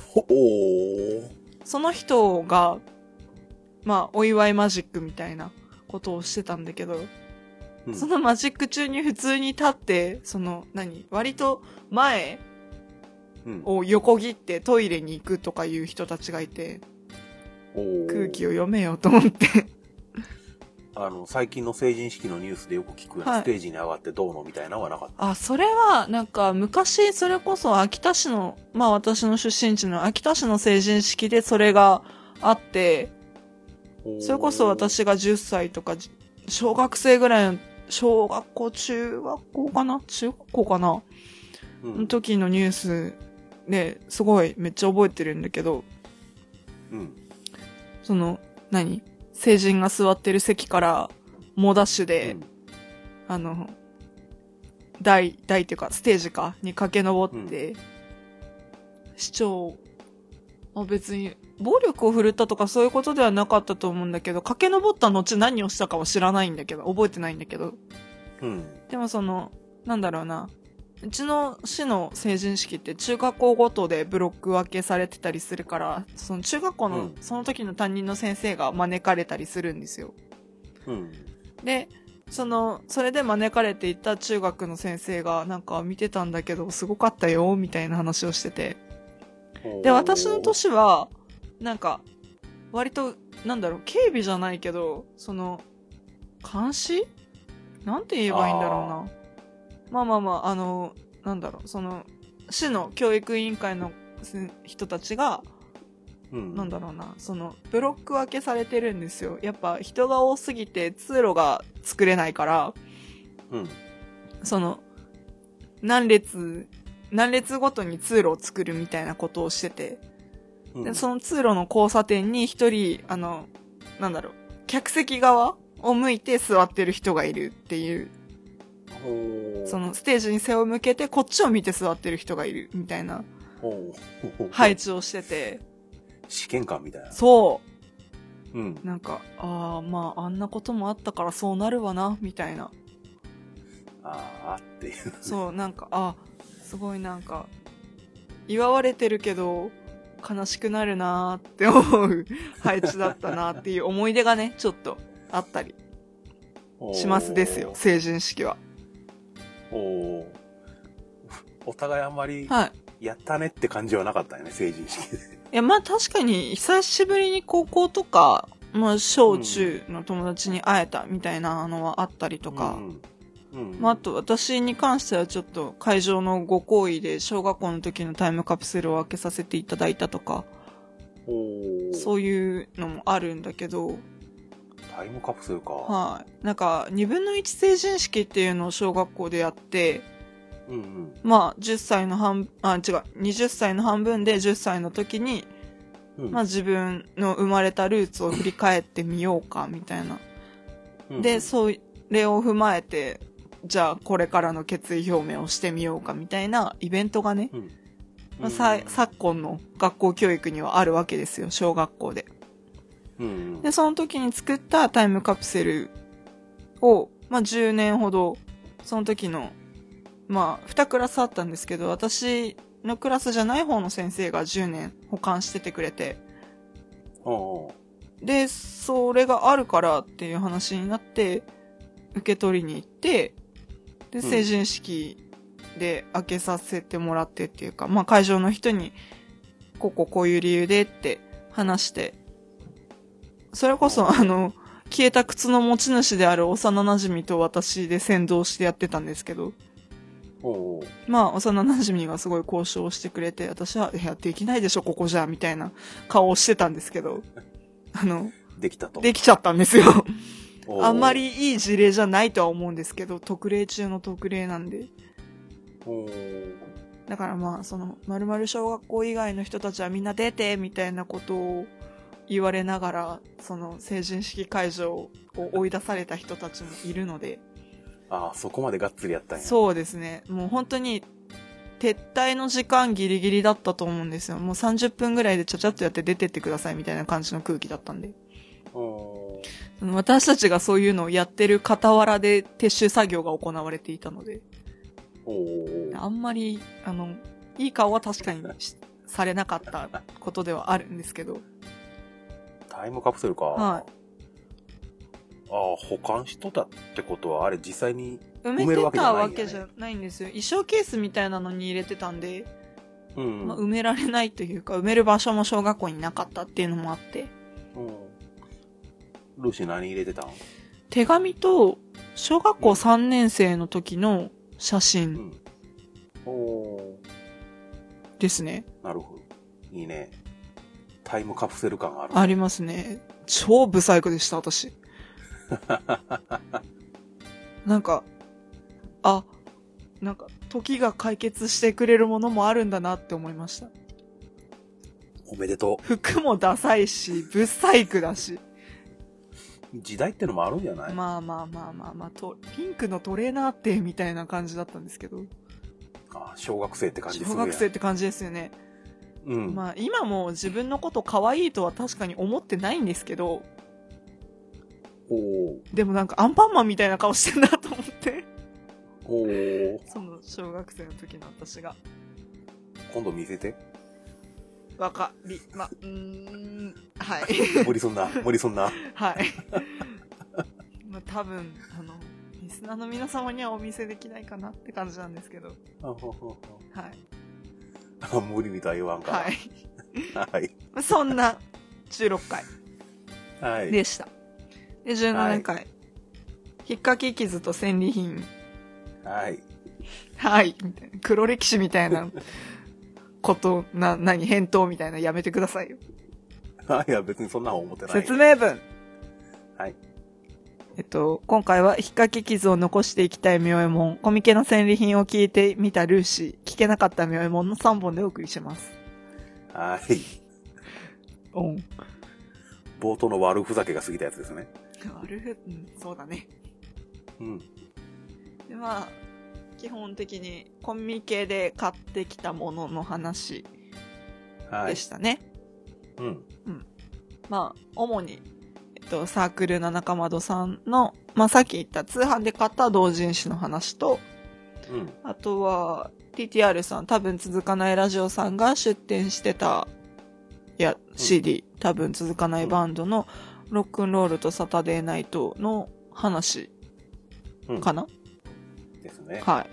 その人が、まあ、お祝いマジックみたいなことをしてたんだけど、そのマジック中に普通に立って、割と前を横切ってトイレに行くとかいう人たちがいて、空気を読めようと思って。 最近の成人式のニュースでよく聞くような、ステージに上がってどうのみたいなのはなかった。 あ、それは、昔、それこそ秋田市の、まあ私の出身地の秋田市の成人式でそれがあって、それこそ私が10歳とか、小学生ぐらいの、小学校、中学校かなの時のニュースで、すごいめっちゃ覚えてるんだけど、成人が座ってる席から猛ダッシュで、台っていうかステージに駆け上って、市長、別に暴力を振るったとかそういうことではなかったと思うんだけど、駆け上った後何をしたかは知らないんだけど、覚えてないんだけど。でもうちの市の成人式って中学校ごとでブロック分けされてたりするから、その中学校のその時の担任の先生が招かれたりするんですよ。で、それで招かれていた中学の先生が見てたんだけどすごかったよみたいな話をしてて。で、私の年は割と警備じゃないけど、監視なんて言えばいいんだろうな。市の教育委員会の人たちが、ブロック分けされてるんですよ。やっぱ人が多すぎて通路が作れないから、何列ごとに通路を作るみたいなことをしてて、でその通路の交差点に一人、客席側を向いて座ってる人がいるっていう、ステージに背を向けてこっちを見て座ってる人がいるみたいな配置をしてて、 試験官みたいな。 そう。あんなこともあったからそうなるわなみたいな。 っていう。 そう、すごい祝われてるけど悲しくなるなーって思う配置だったなっていう思い出がね、ちょっとあったりしますですよ、成人式は。 お互いあんまり、やったねって感じはなかったよね、成人式で。 いや、確かに、久しぶりに高校とか、小中の友達に会えたみたいなのはあったりとか、あと私に関してはちょっと会場のご厚意で小学校の時のタイムカプセルを開けさせていただいたとか、そういうのもあるんだけど、 タイムカプセルか。 はい。2分の1成人式っていうのを小学校でやって、20歳の半分で10歳の時に、自分の生まれたルーツを振り返ってみようか、みたいな。で、それを踏まえて、じゃあこれからの決意表明をしてみようか、みたいなイベントがね、昨今の学校教育にはあるわけですよ、小学校で。で、その時に作ったタイムカプセルを、10年ほど、その時の、2クラスあったんですけど、私のクラスじゃない方の先生が10年保管しててくれて、で、それがあるからっていう話になって、受け取りに行って、で、成人式で開けさせてもらってっていうか、会場の人に、こういう理由でって話して、それこそ消えた靴の持ち主である幼馴染と私で先導してやってたんですけど、幼馴染がすごい交渉してくれて、私は、できないでしょ、ここじゃ、みたいな顔をしてたんですけど、 できたと。 できちゃったんですよ。あんまりいい事例じゃないとは思うんですけど、特例中の特例なんで。だから〇〇小学校以外の人たちはみんな出て、みたいなことを言われながら、成人式会場を追い出された人たちもいるので。 そこまでがっつりやったんや。 そうですね。もう本当に、撤退の時間ギリギリだったと思うんですよ。もう30分ぐらいでちゃちゃっとやって出てってくださいみたいな感じの空気だったんで。私たちがそういうのをやってる傍らで撤収作業が行われていたので。 あんまり、いい顔は確かにされなかったことではあるんですけど。 タイムカプセルか。 はい。 ああ、保管しとったってことは、あれ実際に埋めてたわけじゃないんですよ。衣装ケースみたいなのに入れてたんで、まあ、埋められないというか、埋める場所も小学校になかったっていうのもあって。 ルーシー何入れてたん？ 手紙と、小学校3年生の時の写真。ですね。 なるほど。いいね。タイムカプセル感ある、 ありますね。超ブサイクでした、私。なんか、時が解決してくれるものもあるんだなって思いました。 おめでとう。服もダサいし、ブサイクだし。 時代ってのもあるんじゃない？ まあ、ピンクのトレーナーってみたいな感じだったんですけど。 あ、小学生って感じですね。 小学生って感じですよね。まあ、今も自分のこと可愛いとは確かに思ってないんですけど。でもなんかアンパンマンみたいな顔してんなと思って。その小学生の時の私が。 今度見せて。 はい。 無理そんな。 はい。まあ多分、リスナーの皆様にはお見せできないかなって感じなんですけど。はい。 無理みたい言わんから。 はい。そんな16回でした。で、17回。ひっかき傷と戦利品。はい。黒歴史みたいなこと、返答みたいなやめてくださいよ。 いや、別にそんなの思ってない。 説明文。 はい。 今回は、ひっかき傷を残していきたい妙右衛門、コミケの戦利品を聞いてみたルーシー、聞けなかった妙右衛門の3本でお送りします。 はい。冒頭の悪ふざけが過ぎたやつですね。 そうだね。で、まあ、基本的にコミケで買ってきたものの話でしたね。まあ、主に、サークル七かまどさんの、まあ、さっき言った通販で買った同人誌の話と、あとは、TTR さん、多分続かないラジオさんが出展してた、CD、多分続かないバンドの、ロックンロールとサタデーナイトの話かな、 ですね。 はい。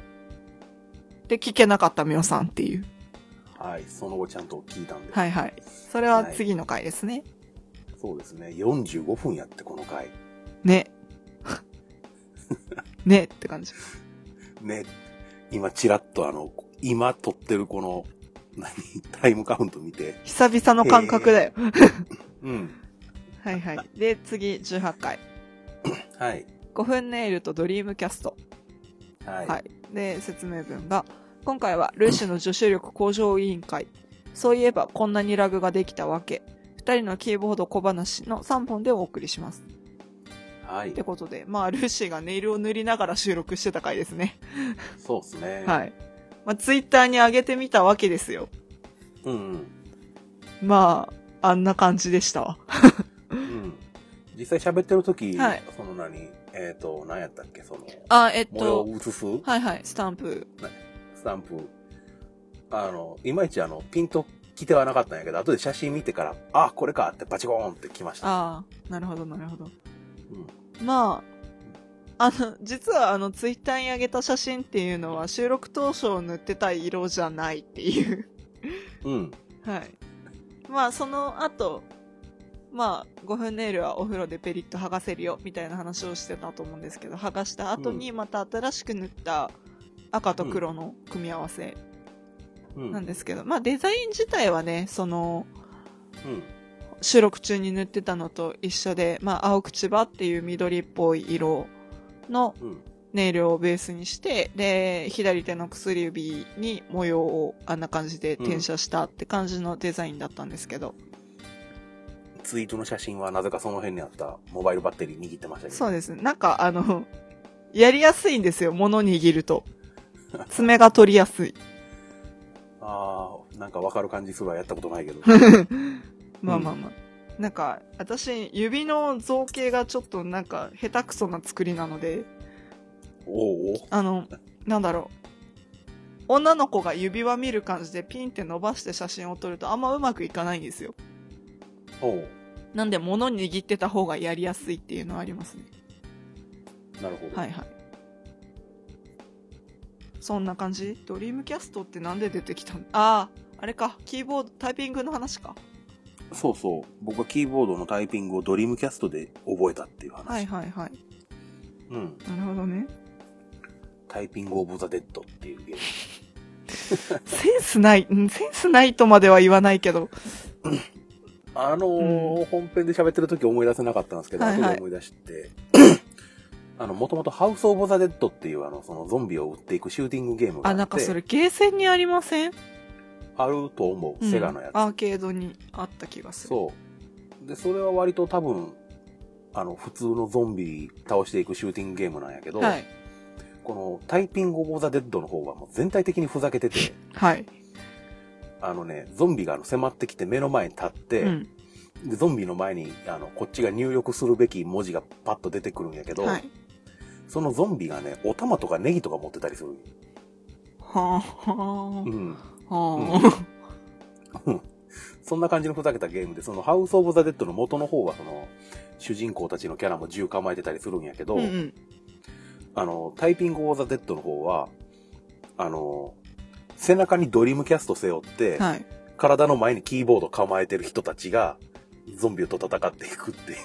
で、聞けなかったみおさんっていう。 はい。その後ちゃんと聞いたんで。 はいはい。それは次の回ですね。 そうですね。45分やって、この回。 ね。ねって感じ。 ね。今、チラッと今撮ってるこの、タイムカウント見て。 久々の感覚だよ。はいはい。で、次、18回。 はい。 5分ネイルとドリームキャスト。はい。で、説明文が、今回はルーシュの助手力向上委員会。そういえばこんなにラグができたわけ。2人のキーボード小話の3本でお送りします。はい。ってことで、まあ、ルーシーがネイルを塗りながら収録してた回ですね。 そうですね。 はい。まあ、ツイッターに上げてみたわけですよ。まあ、あんな感じでしたわ。 実際喋ってる時、その何やったっけ模様を映すはいはい、スタンプ。 いまいちピンと来てはなかったんやけど、後で写真見てから、あ、これかってバチコーンって来ました。 ああ、なるほど、なるほど。まあ、実はツイッターに上げた写真っていうのは収録当初塗ってた色じゃないっていう。はい。まあ、その後、まあ、5分ネイルはお風呂でペリッと剥がせるよ、みたいな話をしてたと思うんですけど、剥がした後にまた新しく塗った赤と黒の組み合わせなんですけど、まあデザイン自体はね、収録中に塗ってたのと一緒で、まあ青口葉っていう緑っぽい色のネイルをベースにして、で、左手の薬指に模様をあんな感じで転写したって感じのデザインだったんですけど、 ツイートの写真はなぜかその辺にあったモバイルバッテリー握ってましたけど。 そうですね。なんかやりやすいんですよ、物握ると。爪が取りやすい。 なんかわかる感じするわ、やったことないけど。 まあ。なんか、私、指の造形がちょっとなんか、下手くそな作りなので、なんだろう。 女の子が指輪見る感じでピンって伸ばして写真を撮るとあんまうまくいかないんですよ。なんで物握ってた方がやりやすいっていうのはありますね。 なるほど。 はいはい。そんな感じ？ドリームキャストってなんで出てきたの？あれか。キーボード、タイピングの話か。 そうそう。僕はキーボードのタイピングをドリームキャストで覚えたっていう話。 はいはいはい。 うん。 なるほどね。 タイピングオブザデッドっていうゲーム。 センスないとまでは言わないけど。 本編で喋ってる時思い出せなかったんですけど、後で思い出して、もともとハウスオブザデッドっていうそのゾンビを撃っていくシューティングゲームがあって。 なんかそれゲーセンにありません？ あると思う、セガのやつ。 アーケードにあった気がする。 そう。で、それは割と多分、普通のゾンビ倒していくシューティングゲームなんやけど、はい、このタイピングオブザデッドの方はもう全体的にふざけてて、 はい。 ゾンビが迫ってきて目の前に立って、でゾンビの前にこっちが入力するべき文字がパッと出てくるんやけど、はい、そのゾンビがね、お玉とかネギとか持ってたりする。 はぁ。うん。 そんな感じのふざけたゲームで、そのハウスオブザデッドの元の方は主人公たちのキャラも銃構えてたりするんやけど、タイピングオブザデッドの方は、背中にドリームキャスト背負って、はい、体の前にキーボード構えてる人たちが、ゾンビと戦っていくっていう。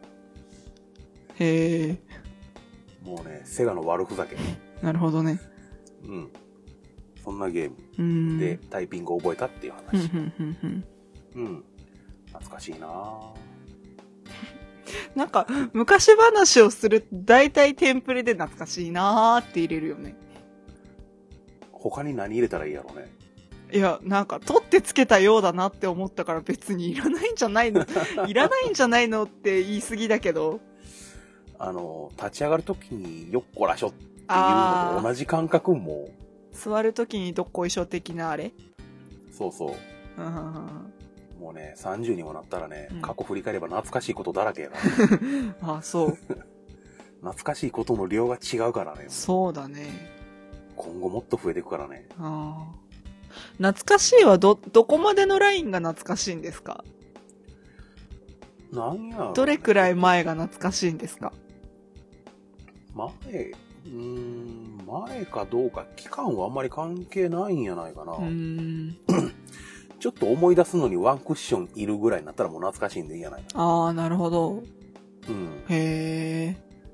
へー。 もうね、セガの悪ふざけ。 なるほどね。 うん。そんなゲームでタイピングを覚えたっていう話。うん。懐かしいなぁ。 なんか、昔話をすると大体テンプレで懐かしいなーって入れるよね。 他に何入れたらいいやろうね。 いや、なんか、取ってつけたようだなって思ったから別にいらないんじゃないのいらないんじゃないのって言い過ぎだけど。 立ち上がるときによっこらしょっていうのと同じ感覚も。 座るときにどっこいしょ的なあれ？ そうそう。もうね、30にもなったらね、過去振り返れば懐かしいことだらけやな。あ、そう。 懐かしいことの量が違うからね。 そうだね。 今後もっと増えていくからね。 懐かしいはどこまでのラインが懐かしいんですか？ なんやろね、 どれくらい前が懐かしいんですか？ 前かどうか期間はあんまり関係ないんやないかな。ちょっと思い出すのにワンクッションいるぐらいになったらもう懐かしいんでいいんやないかな。 ああ、なるほど。 うん。 へえ。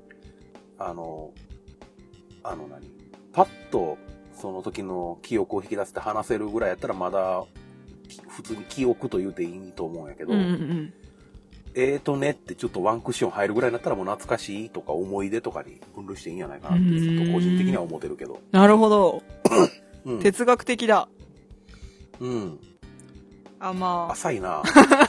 パッとその時の記憶を引き出して話せるぐらいやったらまだ普通に記憶と言うていいと思うんやけど、ってちょっとワンクッション入るぐらいになったらもう懐かしいとか思い出とかに分類していいんじゃないかなってちょっと個人的には思ってるけど。 なるほど。哲学的だ。 うん。 まあ。 浅いな。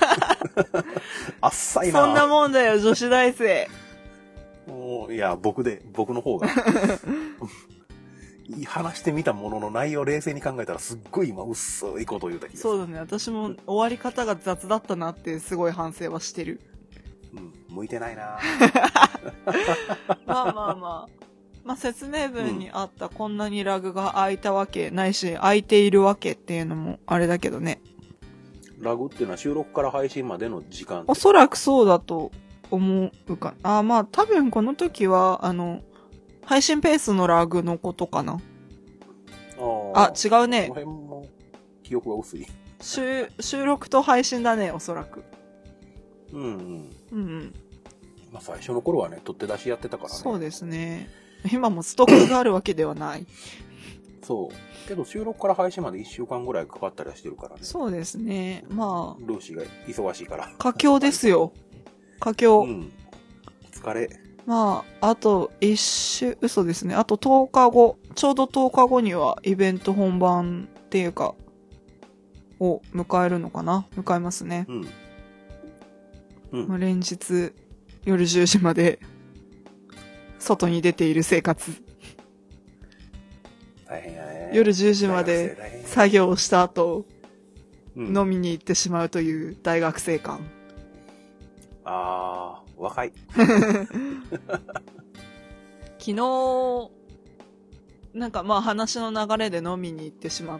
浅いな。 そんなもんだよ、女子大生。 いや、僕の方が。話してみたものの内容を冷静に考えたらすっごい今薄いことを言うた気がする。 そうだね。私も終わり方が雑だったなってすごい反省はしてる。 向いてないなまあ説明文にあったこんなにラグが空いたわけないし、空いているわけっていうのもあれだけどね。 ラグっていうのは収録から配信までの時間？ おそらくそうだと思うか。まあ多分この時は、配信ペースのラグのことかな。違うね。 この辺も記憶が薄い。 収録と配信だね、おそらく。 まあ最初の頃はね、取って出しやってたからね。 そうですね。今もストックがあるわけではない。 そう。けど収録から配信まで1週間ぐらいかかったりはしてるからね。 そうですね。まあ。 ルーシーが忙しいから。 佳境ですよ。佳境。 お疲れ。 まあ、あと嘘ですね。あと10日後、ちょうど10日後にはイベント本番っていうか、を迎えるのかな？迎えますね。まあ、連日、夜10時まで、外に出ている生活。 大変やね。 夜10時まで作業をした後、飲みに行ってしまうという大学生感。若い。 昨日、 なんかまあ話の流れで飲みに行ってしまって、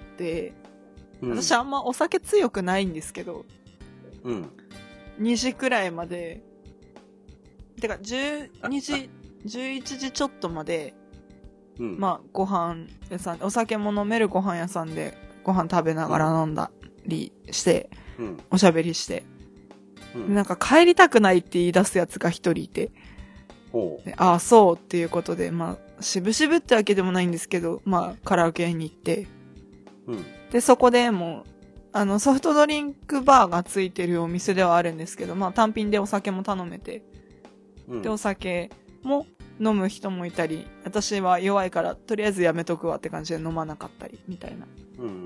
私あんまお酒強くないんですけど、2時くらいまで、てか12時、11時ちょっとまで、まあご飯屋さん、お酒も飲めるご飯屋さんでご飯食べながら飲んだりして、おしゃべりして、なんか帰りたくないって言い出すやつが一人いて、ああ、そうっていうことで、まあ、渋々ってわけでもないんですけど、まあ、カラオケに行って、で、そこでもう、ソフトドリンクバーがついてるお店ではあるんですけど、まあ、単品でお酒も頼めて、で、お酒も飲む人もいたり、私は弱いから、とりあえずやめとくわって感じで飲まなかったり、みたいな。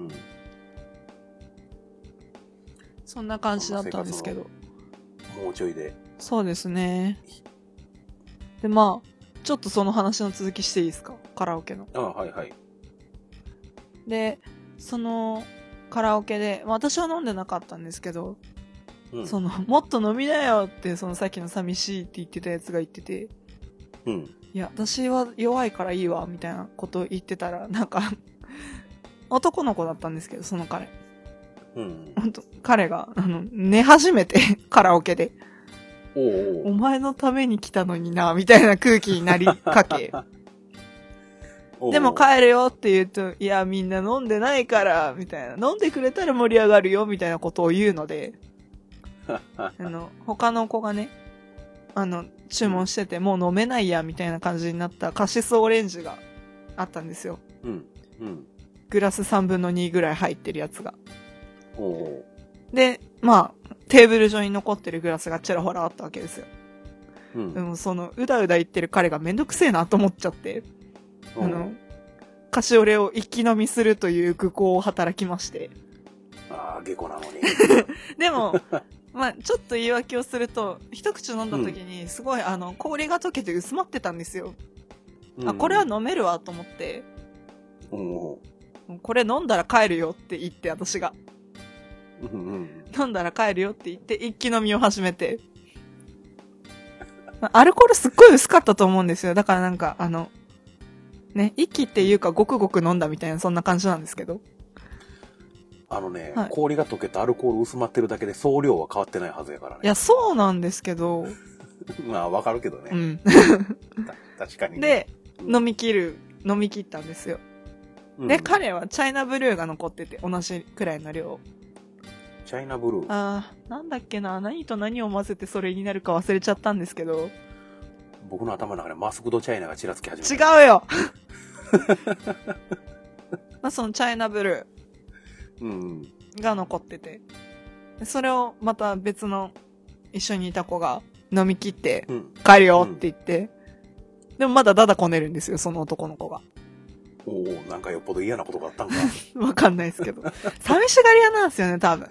そんな感じだったんですけど。 もうちょいで。 そうですね。で、まあ、ちょっとその話の続きしていいですか？カラオケの。 はいはい。 で、そのカラオケで、私は飲んでなかったんですけど、もっと飲みなよって、さっきの寂しいって言ってたやつが言ってて、いや、私は弱いからいいわ、みたいなことを言ってたら、なんか、男の子だったんですけど、その彼。彼が、寝始めて、カラオケで。お前のために来たのにな、みたいな空気になりかけ。でも帰るよって言うと、いや、みんな飲んでないから、みたいな。飲んでくれたら盛り上がるよ、みたいなことを言うので、他の子がね、注文してて、もう飲めないや、みたいな感じになったカシスオレンジがあったんですよ。グラス3分の2ぐらい入ってるやつが。で、まあ、テーブル上に残ってるグラスがちらほらあったわけですよ。でもうだうだ言ってる彼がめんどくせえなと思っちゃって、カシオレを一気飲みするという愚行を働きまして。 下戸なのに。 でも、まあちょっと言い訳をすると、一口飲んだ時に、すごい氷が溶けて薄まってたんですよ。これは飲めるわと思って、これ飲んだら帰るよって言って、私が。飲んだら帰るよって言って、一気飲みを始めて。アルコールすっごい薄かったと思うんですよ。だからなんか、ね、一気っていうかごくごく飲んだみたいな、そんな感じなんですけど。はい、 氷が溶けたアルコール薄まってるだけで総量は変わってないはずやからね。 いや、そうなんですけど。 まあ、わかるけどね。確かに、ね。 で、飲み切ったんですよ。で、彼はチャイナブルーが残ってて、同じくらいの量。 チャイナブルー。 なんだっけな、何と何を混ぜてそれになるか忘れちゃったんですけど。 僕の頭の中でマスクドチャイナがちらつき始めた。違うよまあ、そのチャイナブルーが残ってて。それをまた別の一緒にいた子が飲み切って、帰るよって言って、でもまだダダこねるんですよ、その男の子が。 なんかよっぽど嫌なことがあったんか。 わかんないですけど。寂しがり屋なんですよね、多分。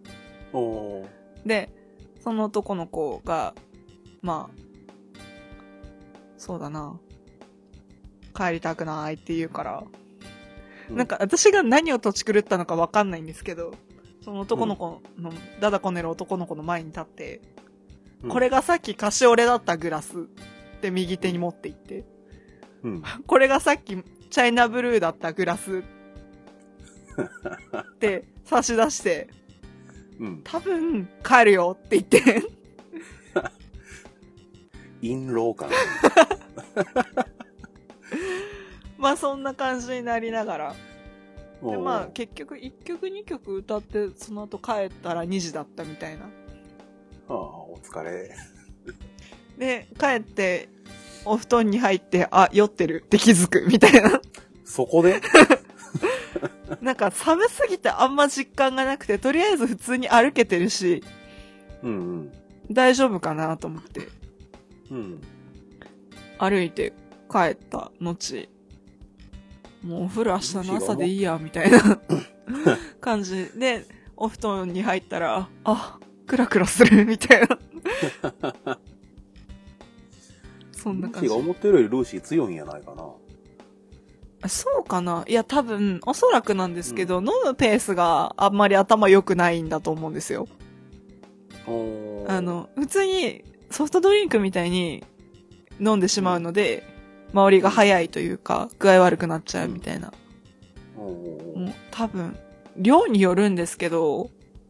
で、その男の子が、まあ、そうだな。帰りたくないって言うから、なんか私が何を土地狂ったのかわかんないんですけど、その男の子の、ダダこねる男の子の前に立って、これがさっきカシオレだったグラスって右手に持っていって、これがさっきチャイナブルーだったグラスって差し出して、多分帰るよって言って陰謀かなまあそんな感じになりながら、でまあ結局1曲2曲歌ってその後帰ったら2時だったみたいな。 お疲れ。 で帰ってお布団に入って、酔ってるって気づくみたいな。 そこでなんか寒すぎてあんま実感がなくて、とりあえず普通に歩けてるし、大丈夫かなと思って、歩いて帰った後、もうお風呂明日の朝でいいやみたいな感じでお布団に入ったら、クラクラするみたいなそんな感じ。 ルーシーが思ってるよりルーシー強いんやないかな。 そうかな。いや多分おそらくなんですけど、飲むペースがあんまり頭良くないんだと思うんですよ。普通にソフトドリンクみたいに飲んでしまうので、 周りが早いというか、具合悪くなっちゃうみたいな。もう多分、量によるんですけど、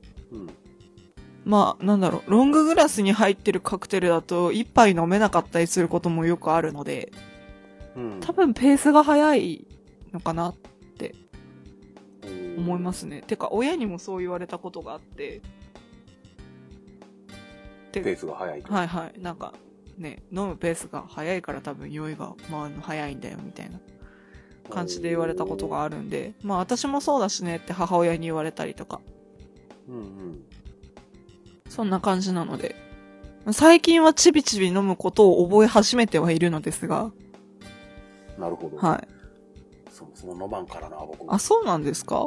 まあ、なんだろう、ロンググラスに入ってるカクテルだと一杯飲めなかったりすることもよくあるので、多分ペースが早いのかなって思いますね。てか、親にもそう言われたことがあって、 ペースが早い。 はいはい。なんか、ね、飲むペースが早いから多分酔いが回るの早いんだよみたいな感じで言われたことがあるんで、まあ私もそうだしねって母親に言われたりとか。そんな感じなので。最近はちびちび飲むことを覚え始めてはいるのですが。 なるほど。 はい。 そもそも飲まんからな、僕。 あ、そうなんですか？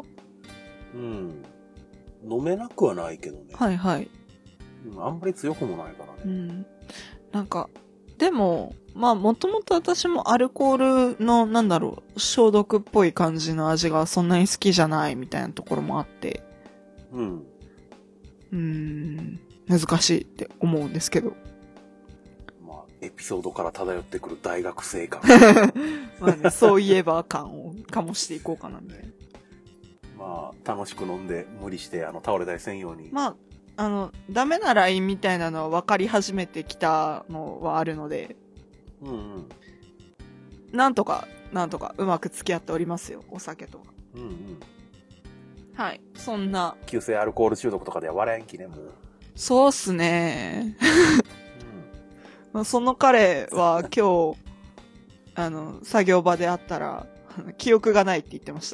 飲めなくはないけどね。 はいはい。 あんまり強くもないからね。 なんか、でも、まあもともと私もアルコールの、なんだろう、消毒っぽい感じの味がそんなに好きじゃないみたいなところもあって。難しいって思うんですけど。 まあ、エピソードから漂ってくる大学生感。 まあね、そういえば感を醸していこうかなみたいな。 まあ、楽しく飲んで無理して倒れたりせんように。 まあ、ダメなラインみたいなのは分かり始めてきたのはあるので、なんとかうまく付き合っておりますよ、お酒とは。はい、そんな。 急性アルコール中毒とかでは笑えんきね、もう。 そうっすね。まあ、その彼は今日、作業場で会ったら、記憶がないって言ってました。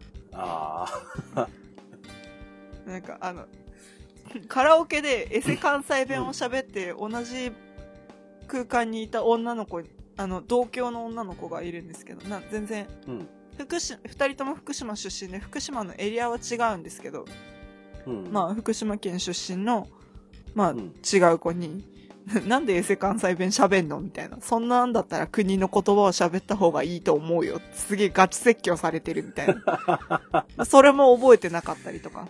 なんかカラオケでエセ関西弁を喋って同じ空間にいた女の子、同郷の女の子がいるんですけど、全然、二人とも福島出身で、福島のエリアは違うんですけど、まあ、福島県出身の、まあ、違う子に、なんでエセ関西弁喋んのみたいな。そんなんだったら国の言葉を喋った方がいいと思うよ。すげえガチ説教されてるみたいな。それも覚えてなかったりとか。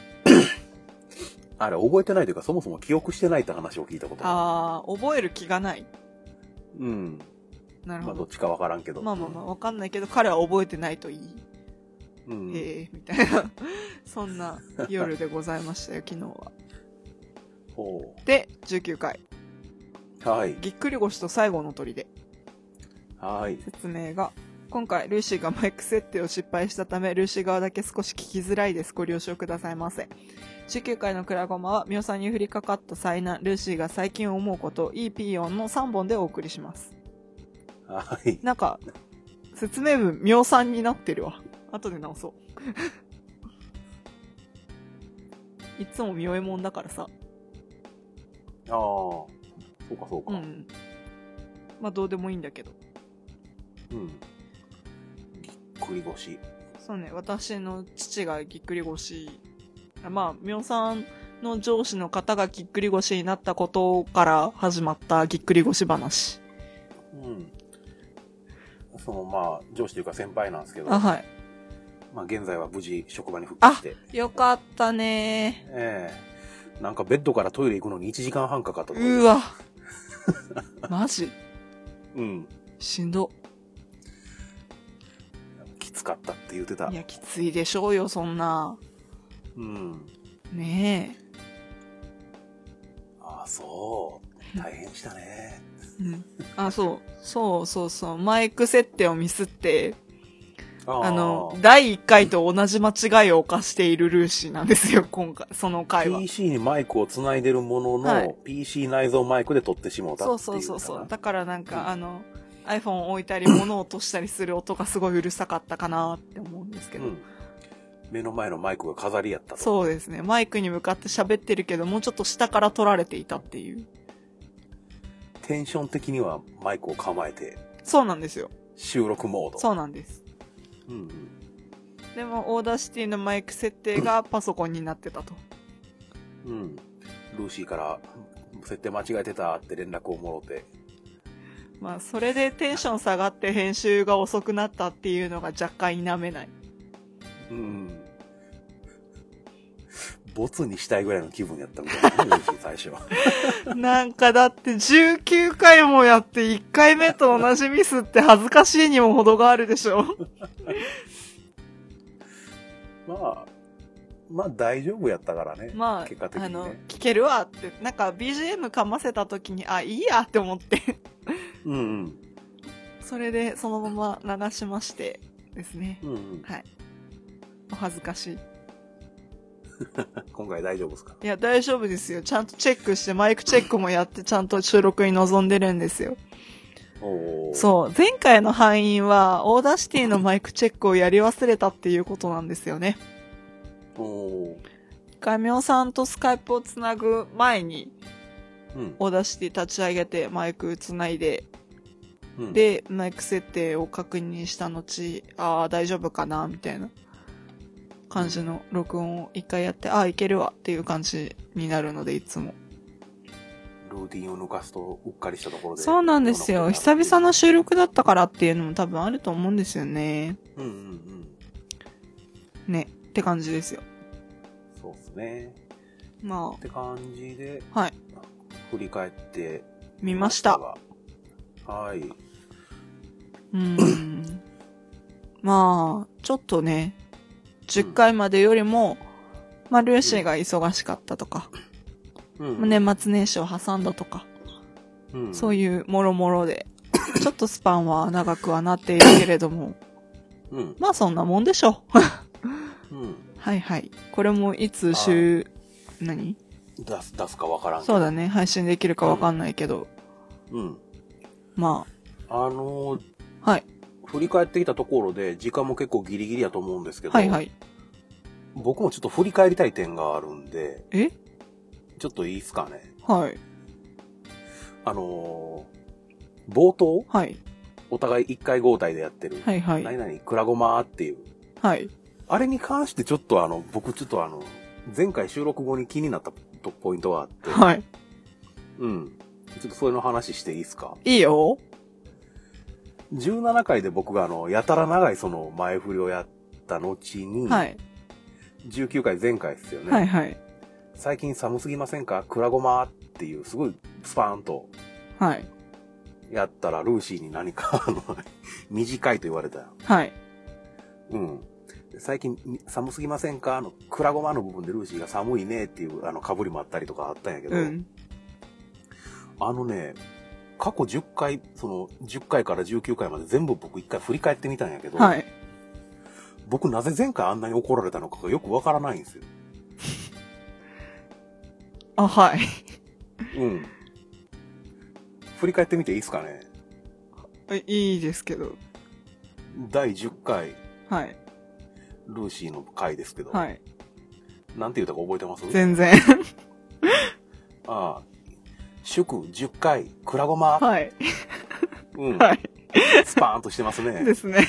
あれ、覚えてないというか、そもそも記憶してないって話を聞いたことある。覚える気がない。なるほど。 まあ、どっちかわからんけど。 まあ、わかんないけど、彼は覚えてないといい。みたいな。そんな夜でございましたよ、昨日は。で、19回。 はい。 ぎっくり腰と最後の砦。 はい。 説明が。今回、ルーシーがマイク設定を失敗したため、ルーシー側だけ少し聞きづらいです。ご了承くださいませ。19回のクラゴマは、ミオさんに降りかかった災難、ルーシーが最近思うこと、いいピーヨンの3本でお送りします。 はい。 なんか、説明文、ミオさんになってるわ。後で直そう。いつもミオエモンだからさ。 そうかそうか。 まあどうでもいいんだけど。 ぎっくり腰。 そうね、私の父がぎっくり腰。まあ、みょんさんの上司の方がぎっくり腰になったことから始まったぎっくり腰話。 まあ、上司というか先輩なんですけど。 はい。 まあ現在は無事職場に復帰して。 よかったねなんかベッドからトイレ行くのに1時間半かかったと。 うわ。マジ？しんど。 きつかったって言ってた。 いや、きついでしょうよ、そんな。ねえ。 そう。大変したね。 そう。マイク設定をミスって、第1回と同じ間違いを犯しているルーシーなんですよ、今回、その回は。 PC にマイクを繋いでるものの、PC 内蔵マイクで撮ってしまったっていう。 そう。だからなんか、iPhone 置いたり物を落としたりする音がすごいうるさかったかなって思うんですけど。 目の前のマイクが飾りやったと。 そうですね。マイクに向かって喋ってるけど、もうちょっと下から撮られていたっていう。 テンション的にはマイクを構えて。 そうなんですよ。 収録モード。 そうなんです。でも、オーダーシティのマイク設定がパソコンになってたと。 ルーシーから、設定間違えてたって連絡をもろて。 まあ、それでテンション下がって編集が遅くなったっていうのが若干否めない。 ボツにしたいぐらいの気分やったみたいなね、最初。 なんかだって19回もやって1回目と同じミスって恥ずかしいにも程があるでしょ。 まあ大丈夫やったからね。 まあ、 結果的にね。 聞けるわって、なんか BGM かませた時に、あ、いいやって思って。 うんうん。 それでそのまま流しましてですね。 うんうん。 はい。お恥ずかしい。 今回大丈夫ですか？ いや、大丈夫ですよ。ちゃんとチェックして、マイクチェックもやって、ちゃんと収録に臨んでるんですよ。そう。前回の敗因は、オーダーシティのマイクチェックをやり忘れたっていうことなんですよね。一回、みょうさんとスカイプをつなぐ前に、オーダーシティ立ち上げて、マイクつないで、で、マイク設定を確認した後、大丈夫かなみたいな感じの録音を一回やって、いけるわっていう感じになるので、いつも。 ルーティンを抜かすとうっかりしたところで。 そうなんですよ。久々の収録だったからっていうのも多分あると思うんですよね。ね、って感じですよ。 そうですね。 まあ。 って感じで、 はい。 振り返ってみました。 はい。 まあ、ちょっとね、10回までよりも、まあ、ルーシーが忙しかったとか、年末年始を挟んだとか、そういうもろもろで、ちょっとスパンは長くはなっているけれども、まあそんなもんでしょう。はいはい。これもいつ出すかわからんけど。 そうだね。配信できるかわかんないけど。まあ。 はい。 振り返ってきたところで、時間も結構ギリギリやと思うんですけど、 はいはい。 僕もちょっと振り返りたい点があるんで、ちょっといいっすかね。 はい。 冒頭、 はい。 お互い一回交代でやってる、 はいはい。 何々くらごまっていう。 はい。 あれに関してちょっと僕ちょっと前回収録後に気になったポイントがあって。 はい。 ちょっとそれの話していいですか？ いいよ。 17回で僕がやたら長いその前振りをやった後に、 はい。 19回前回ですよね。 はいはい。 最近寒すぎませんか？くらごまっていうすごいスパーンと。 はい。 やったらルーシーに何か短いと言われたよ。 はい。 最近寒すぎませんか？くらごまの部分でルーシーが寒いねっていう被りもあったりとかあったんやけど、過去10回、その10回から19回まで全部僕一回振り返ってみたんやけど、はい、僕なぜ前回あんなに怒られたのかがよくわからないんですよ。 はい。 振り返ってみていいですかね？ いいですけど。 第10回。 はい。 ルーシーの回ですけど。 はい。 なんて言うたか覚えてます？ 全然。 祝10回、くらごま。 はい。 はい。スパーンとしてますね。 ですね。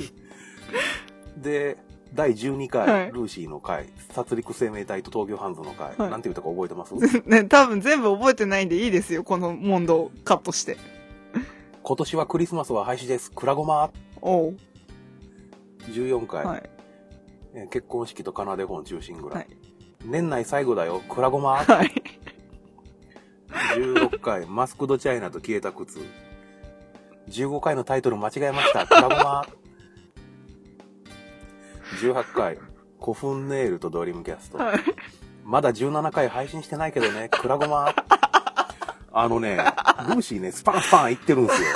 で、第12回、ルーシーの回、殺戮生命体と東京ハンズの回、なんて言うたか覚えてます？ ね、多分全部覚えてないんでいいですよ、この問答をカットして。 今年はクリスマスは廃止です。くらごま。 おう。 14回、はい、結婚式と奏で本中心蔵、はい、年内最後だよ。くらごま。はい。16回、マスクドチャイナと消えた靴。15回のタイトル間違えました。くらごま。18回、古墳ネイルとドリームキャスト。はい、まだ17回配信してないけどね。くらごま。ルーシーね、スパンスパン言ってるんですよ。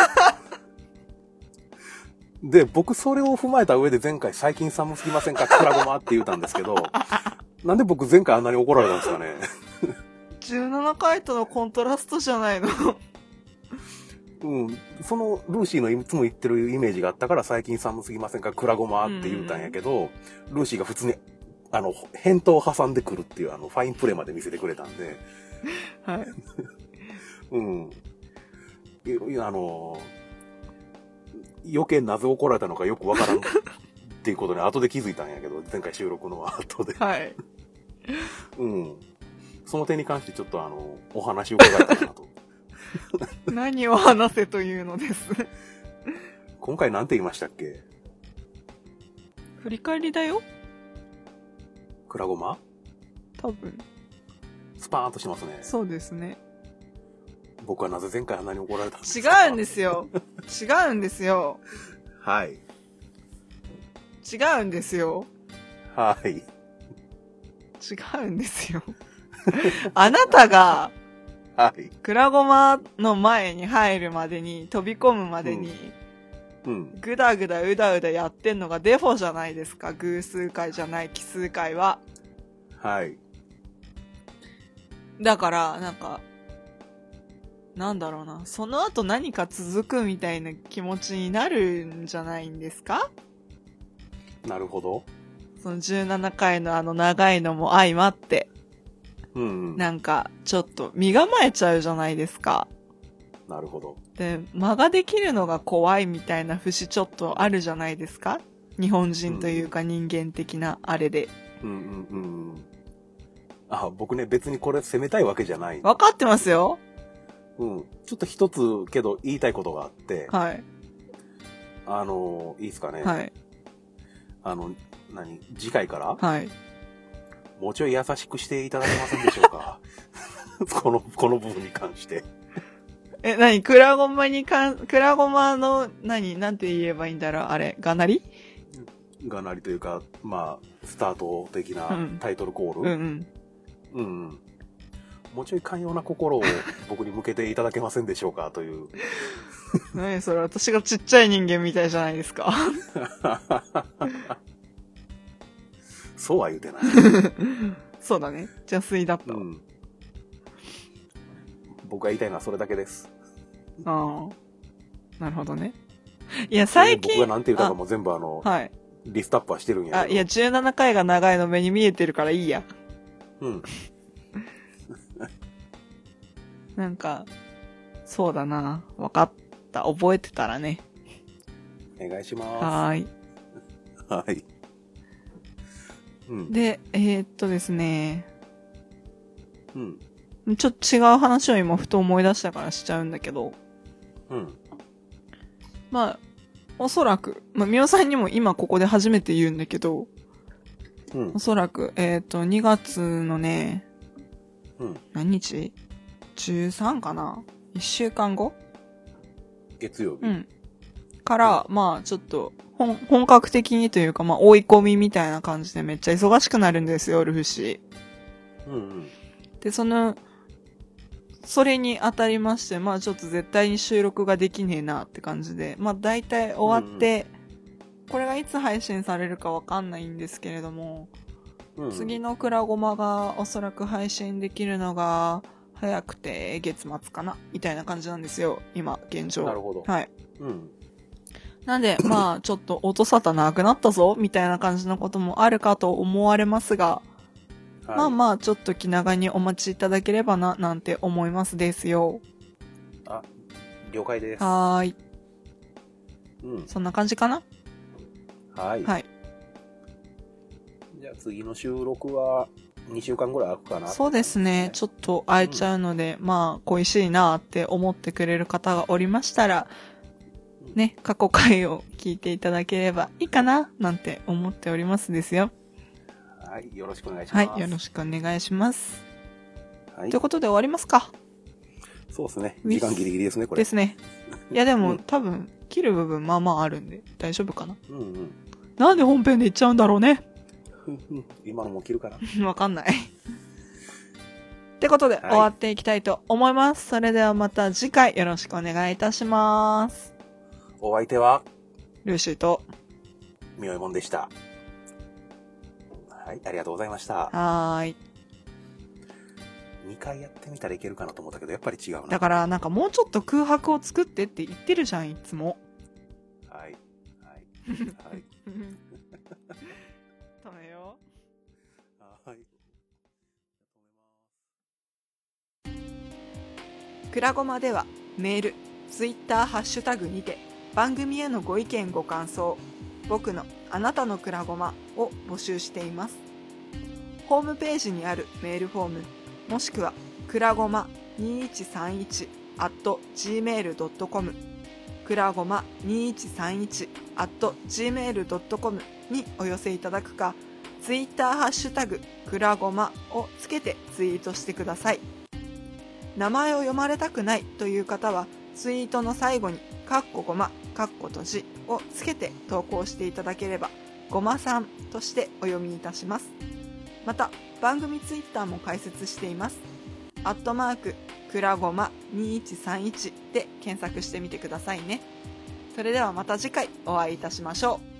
で、僕それを踏まえた上で前回最近寒すぎませんか？くらごまって言ったんですけど、なんで僕前回あんなに怒られたんですかね。 17回とのコントラストじゃないの。 そのルーシーのいつも言ってるイメージがあったから最近寒すぎませんか？くらごまって言ったんやけど、ルーシーが普通に返答を挟んでくるっていうファインプレーまで見せてくれたんで、 はい。 余計なぜ怒られたのかよくわからんっていうことに後で気づいたんやけど、前回収録の後で。 はい。 その点に関してちょっとお話を伺いたいなと。 何を話せというのです。 今回なんて言いましたっけ？ 振り返りだよ。 くらごま？ 多分。 スパーンとしてますね。 そうですね。 僕はなぜ前回あんなに怒られたんですか？ 違うんですよ。違うんですよ。 はい。 違うんですよ。 はい。 違うんですよ。あなたが、 はい。 くらごまの前に入るまでに、飛び込むまでに、ぐだぐだうだうだやってんのがデフォじゃないですか。偶数回じゃない奇数回は。 はい。 だから、なんか、なんだろうな。その後何か続くみたいな気持ちになるんじゃないんですか？ なるほど。 その17回のあの長いのも相まって。なんか、ちょっと身構えちゃうじゃないですか。 なるほど。 で、間ができるのが怖いみたいな節ちょっとあるじゃないですか？日本人というか人間的なあれで。 あ、僕ね、別にこれ責めたいわけじゃない。 わかってますよ。 ちょっと一つけど言いたいことがあって。 はい。 いいですかね。 はい。 次回から、 はい。 もうちょい優しくしていただけませんでしょうか。この部分に関して。 くらごまの、なんて言えばいいんだろう、あれ、がなりというか、まあ、スタート的なタイトルコール。もうちょい寛容な心を僕に向けていただけませんでしょうかという。 何それ、私がちっちゃい人間みたいじゃないですか。 そうは言うてない。 そうだね。邪推だった。 僕が言いたいのはそれだけです。 ああ。なるほどね。いや、最近。 僕がなんて言うたかも全部はい。 リストアップはしてるんやけど。 いや、17回が長いの目に見えてるからいいや。なんか、そうだな。わかった。覚えてたらね。 お願いします。 はい。 はい。 で、ですね。ちょっと違う話を今ふと思い出したからしちゃうんだけど。まあ、おそらく、みおさんにも今ここで初めて言うんだけど、おそらく、2月のね、何日 ?13 かな ?1 週間後月曜日。 から、まあちょっと、本格的にというか、まあ追い込みみたいな感じでめっちゃ忙しくなるんですよ、ルフシ。で、それに当たりまして、まあちょっと絶対に収録ができねえなって感じで、まあ大体終わって、これがいつ配信されるかわかんないんですけれども、次のくらごまがおそらく配信できるのが早くて月末かなみたいな感じなんですよ、今、現状。 なるほど。 はい。なんで、まあちょっと音沙汰なくなったぞみたいな感じのこともあるかと思われますが、まあちょっと気長にお待ちいただければな、なんて思いますですよ。 了解です。 はーい。そんな感じかな？ はい。じゃあ次の収録は2週間ぐらい空くかな？ そうですね。ちょっと空いちゃうので、まあ恋しいなって思ってくれる方がおりましたら、ね、過去回を聞いていただければいいかななんて思っておりますですよ。 はい、よろしくお願いします。 はい、よろしくお願いします。 はい。 ということで終わりますか？ そうですね。時間ギリギリですね、これ。 ですね。いやでも、多分、切る部分まあまああるんで、大丈夫かな？なんで本編で言っちゃうんだろうね。 今のも切るかなわかんない。ってことで、終わっていきたいと思います。それではまた次回よろしくお願いいたします。 お相手は、 ルーシーと、 みおいもんでした。はい、ありがとうございました。 はーい。 2回やってみたらいけるかなと思ったけど、やっぱり違うな。 だから、なんかもうちょっと空白を作ってって言ってるじゃん、いつも。 はい。はい。はい。 止めよう。はい。 くらごまでは、メール、ツイッター、ハッシュタグにて、番組へのご意見ご感想、僕のあなたのくらごまを募集しています。ホームページにあるメールフォーム、もしくはくらごま2131@gmail.com くらごま2131@gmail.com にお寄せいただくか、 ツイッターハッシュタグくらごまをつけてツイートしてください。名前を読まれたくないという方はツイートの最後にかっこごまかっこ閉じをつけて投稿していただければごまさんとしてお読みいたします。また番組ツイッターも開設しています。@くらごま2131で検索してみてくださいね。それではまた次回お会いいたしましょう。